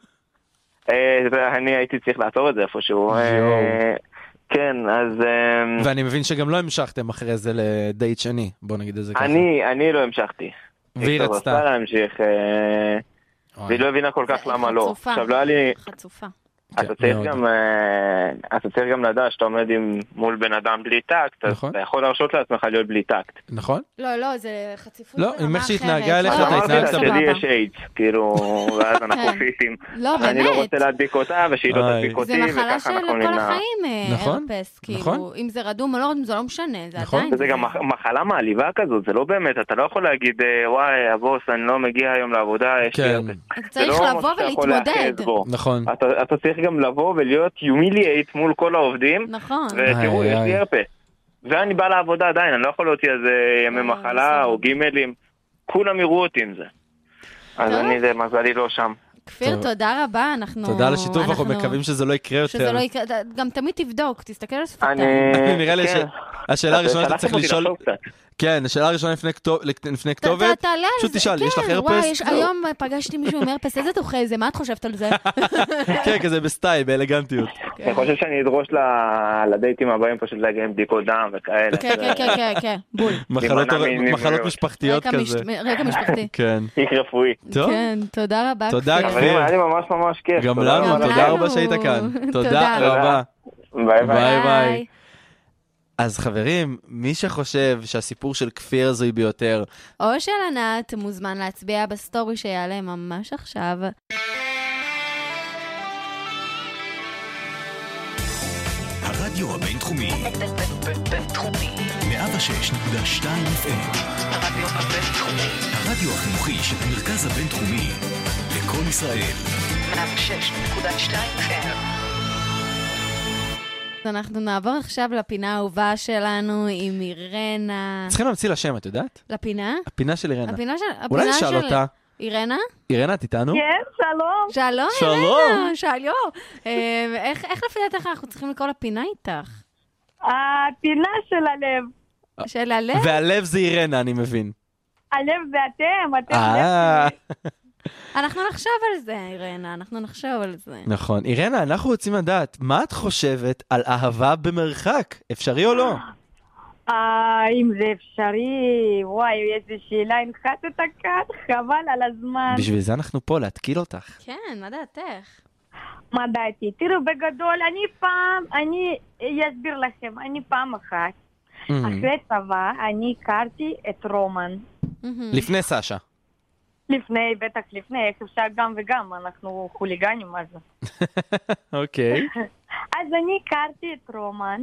אני הייתי צריך לעצור את זה איפשהו. כן, אז... ואני מבין שגם לא המשכתם אחרי זה לדייט שני. בוא נגיד את זה ככה. אני לא המשכתי. והיא רצתה להמשיך, והיא לא הבינה כל כך למה לא. עכשיו לא היה לי... חצופה. אתה צריך גם, אתה צריך גם לדעת שאתה עומד מול בן אדם בלי טקט, אז אתה יכול להרשות לעצמך להיות בלי טקט. נכון? לא, לא, זה חציפות. לא, אם איך שהתנהגה אליך, אתה התנהגת סבבה. שלי יש איידס, כאילו, ואז אנחנו פיסים. לא, באמת. אני לא רוצה להדביק אותה, ושהיא לא תדביק אותי, וככה אנחנו נמנע. זה מחלה של כל החיים, הרפס, כאילו, אם זה רדום או לא רדום, זה לא משנה, זה עדיין. זה גם מחלה מעליבה כזאת, זה לא באמת, אתה לא יכול להגיד, וואי, הבוס, אני לא מגיע היום לעבודה, יש לי הרפס. אתה צריך לבוא ולהתמודד. נכון. אתה צריך גם לבוא ולהיות humiliate מול כל העובדים. נכון. ותראו, יש לי הרפס. ואני בא לעבודה עדיין, אני לא יכול להוציא איזה ימי מחלה או גימלים. כולם יראו אותי עם זה. אז אני, זה מזלי לא שם. כפיר, תודה רבה, אנחנו... תודה על השיתוף, אנחנו מקווים שזה לא יקרה יותר. שזה לא יקרה, גם תמיד תבדוק, תסתכל על שפתיים. נראה לי שהשאלה הראשונה שאתה צריך לשאול... כן, השאלה הראשונה לפני כתובת, פשוט תשאל, יש לך הרפס? היום פגשתי מישהו עם הרפס, איזה תוכל זה? מה את חושבת על זה? כן, כזה בסטייל, באלגנטיות. אני חושב שאני אדרוש לדייטים הבאים פשוט להגיע עם בדיקות דם וכאלה. כן, כן, כן, כן, בול. מחלות משפחתיות כזה. רגע משפחתי. כן. תיק רפואי. כן, תודה רבה. תודה, כפיר. היה לי ממש ממש כיף. גם לנו, תודה רבה שהיית כאן. תודה רבה. ביי ביי. אז חברים, מי שחושב שהסיפור של כפיר זוהי ביותר, או של ענת, מוזמן להצביע בסטורי שיעלה ממש עכשיו. הרדיו הבינתחומי. בינתחומי. מאה ושש נקודה שתיים אף אם. הרדיו הבינתחומי. הרדיו החינוכי של המרכז הבינתחומי. לכל ישראל. מאה ושש נקודה שתיים אף אם. אנחנו נעבור עכשיו לפינה האהובה שלנו עם אירנה. צריכים להמציא לה שם, את יודעת? לפינה? הפינה של אירנה. הפינה של... אולי נשאל אותה. אירנה? אירנה, את איתנו? כן, שלום. שלום, שלום. אירנה, שלום. איך לפי דעתך אנחנו צריכים לקרוא לפינה איתך? הפינה של הלב. של הלב? והלב זה אירנה, אני מבין. הלב זה אתם, אתם אה, הלב שלי. אנחנו נחשוב על זה, אירנה, אנחנו נחשוב על זה. נכון. אירנה, אנחנו רוצים לדעת, מה את חושבת על אהבה במרחק? אפשרי או לא? אה, אם זה אפשרי, וואי, איזה שאלה הנחתת כאן, חבל על הזמן. בשביל זה אנחנו פה, להתקיל אותך. כן, מה דעתך? מה דעתי? תראו, בגדול, אני פעם, אני אסביר לכם, אני פעם אחת, אחרי צבא, אני הכרתי את רומן. לפני סשה. לפני, בטח לפני, איך אפשר גם וגם, אנחנו חוליגנים, מה זה? אוקיי. אז אני הכרתי את רומן,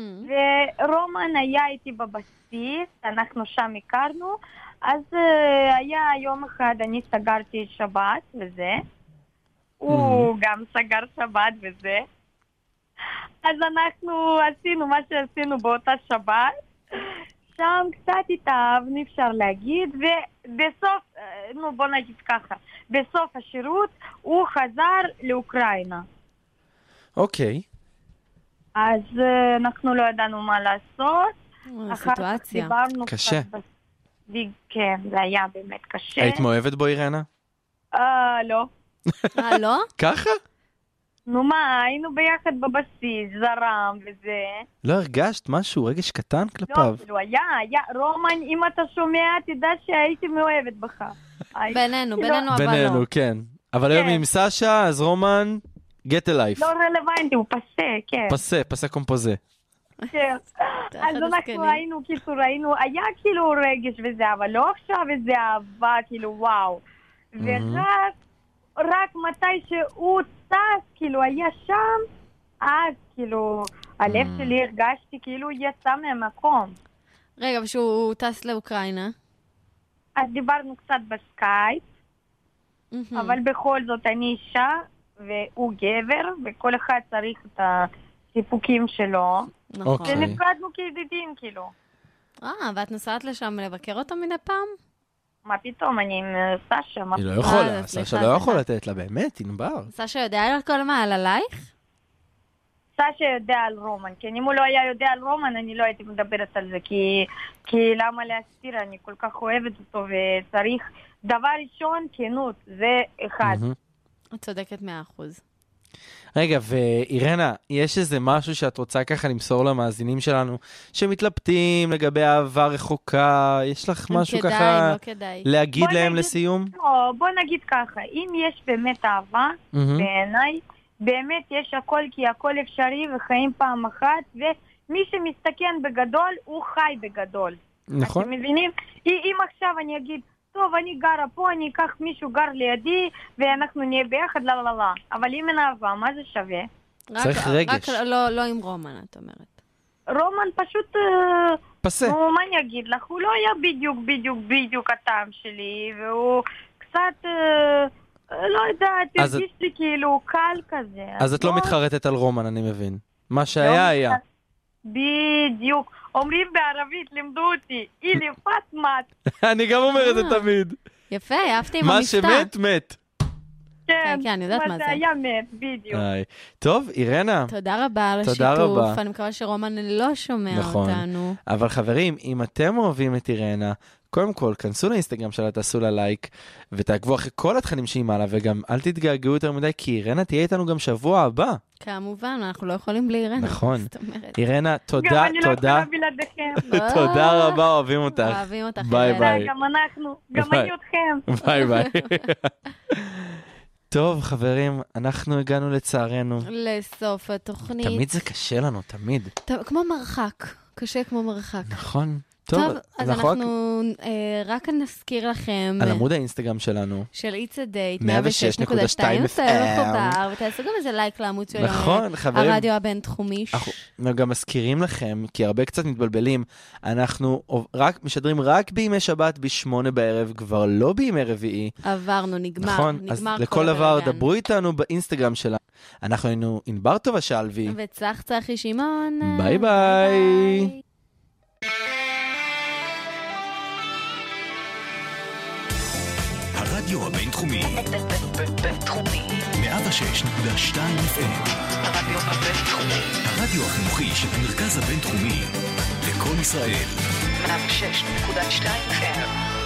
ורומן היה איתי בבסיס, אנחנו שם הכרנו, אז היה יום אחד, אני סגרתי שבת וזה, הוא גם סגר שבת וזה, אז אנחנו עשינו מה שעשינו באותה שבת, שם קצת התאהבנו, אפשר להגיד, ובסוף, נו בוא נגיד ככה, בסוף השירות הוא חזר לאוקראינה. אוקיי. אז אנחנו לא ידענו מה לעשות. סיטואציה. קשה. כן, זה היה באמת קשה. היית מאוהבת בו, אירנה? אה, לא. אה, לא? ככה? נו מה, היינו ביחד בבסיס, זרם וזה. לא הרגשת משהו, רגש קטן כלפיו? לא, כאילו היה, היה, רומן, אם אתה שומע, תדע שהייתי מאוהבת בך. בינינו, בינינו אבל לא. בינינו, כן. אבל היום עם סשה, אז רומן, get a life. לא רלוונטי, הוא פסה, כן. פסה, פסה קומפוזה. כן. אז אנחנו היינו, כאילו, ראינו, היה כאילו רגש וזה, אבל לא עכשיו איזה אהבה, כאילו, וואו. ורק, רק מתי שהוא טס, כאילו, היה שם, אז, כאילו, הלב שלי הרגשתי, כאילו, יצא מהמקום. רגע, ושהוא טס לאוקראינה? אז דיברנו קצת בסקייפ, אבל בכל זאת אני אישה, והוא גבר, וכל אחד צריך את הסיפוקים שלו. נכון. ונפרדנו כידידים, כאילו. אה, ואת נסעת לשם לבקר אותו מדי פעם? מה פתאום, אני עם סשה. היא לא יכולה, סשה לא יכול לתת לה, באמת, ענבר. סשה יודע על כל מה, על עלייך? סשה יודע על רומן, כי אם הוא לא היה יודע על רומן, אני לא הייתי מדברת על זה, כי, כי למה להסתיר, אני כל כך אוהבת אותו, וצריך, דבר ראשון, כנות, זה אחד. את צודקת מאה אחוז. רגע, ואירנה, יש איזה משהו שאת רוצה ככה למסור למאזינים שלנו, שמתלבטים לגבי אהבה רחוקה, יש לך משהו כדאי, ככה לא כדאי. להגיד להם נגיד, לסיום? לא, בוא נגיד ככה, אם יש באמת אהבה, בעיניי, באמת יש הכל, כי הכל אפשרי וחיים פעם אחת, ומי שמסתכן בגדול, הוא חי בגדול. נכון. אתם מבינים? אם עכשיו אני אגיד, טוב, אני גרה פה, אני אקח מישהו גר לידי, ואנחנו נהיה ביחד, לא, לא, לא. אבל אם אין אהבה, מה זה שווה? צריך רגש. רק לא, לא עם רומן, את אומרת. רומן פשוט... פסה. נו, מה אני אגיד לך? הוא לא היה בדיוק, בדיוק, בדיוק הטעם שלי, והוא קצת... לא יודעת, תרגיש לי כאילו קל כזה. אז את לא מתחרטת על רומן, אני מבין. מה שהיה היה. בדיוק. אומרים בערבית, לימדו אותי, אילי פטמת. אני גם אומר את זה תמיד. יפה, אהבתי עם המבטא. מה שמת, מת. כן, כן, אני יודעת מה זה. מה זה היה מת, בדיוק. טוב, אירנה. תודה רבה על השיתוף. אני מקווה שרומן לא שומע אותנו. אבל חברים, אם אתם אוהבים את אירנה, קודם כל, כנסו לאינסטגרם שלה, תעשו לה לייק, ותעקבו אחרי כל התכנים שהיא מעלה, וגם אל תתגעגעו יותר מדי, כי אירנה תהיה איתנו גם שבוע הבא. כמובן, אנחנו לא יכולים בלי אירנה. נכון. אירנה, תודה, תודה. גם אני לא יכולה בלעדיכם. תודה רבה, אוהבים אותך. אוהבים אותך. ביי ביי. גם אנחנו, גם אני אתכם. ביי ביי. טוב, חברים, אנחנו הגענו לצערנו. לסוף התוכנית. תמיד זה קשה לנו, תמיד. כמו מרחק. קשה כמו מרחק. נכון. טוב, אז אנחנו רק נזכיר לכם על עמוד האינסטגרם שלנו של It's a Date מאה ושש נקודה שתיים אף אם, ותעשו גם איזה לייק לעמוד שלנו, נכון, חברים, הרדיו הבינתחומי. אנחנו גם מזכירים לכם, כי הרבה קצת מתבלבלים, אנחנו רק משדרים רק בימי שבת בשמונה בערב, כבר לא בימי רביעי. עברנו, נגמר. נכון, אז לכל דבר דברו איתנו באינסטגרם שלנו. אנחנו היינו ענבר טובה שלוי וצח צחי שמעון. ביי ביי. הרדיו הבינתחומי. בינתחומי. מאה ושש נקודה שתיים אף אם. הרדיו הבינתחומי. הרדיו הכי החינוכי של המרכז הבינתחומי לקול ישראל. מאה ושש נקודה שתיים אף אם.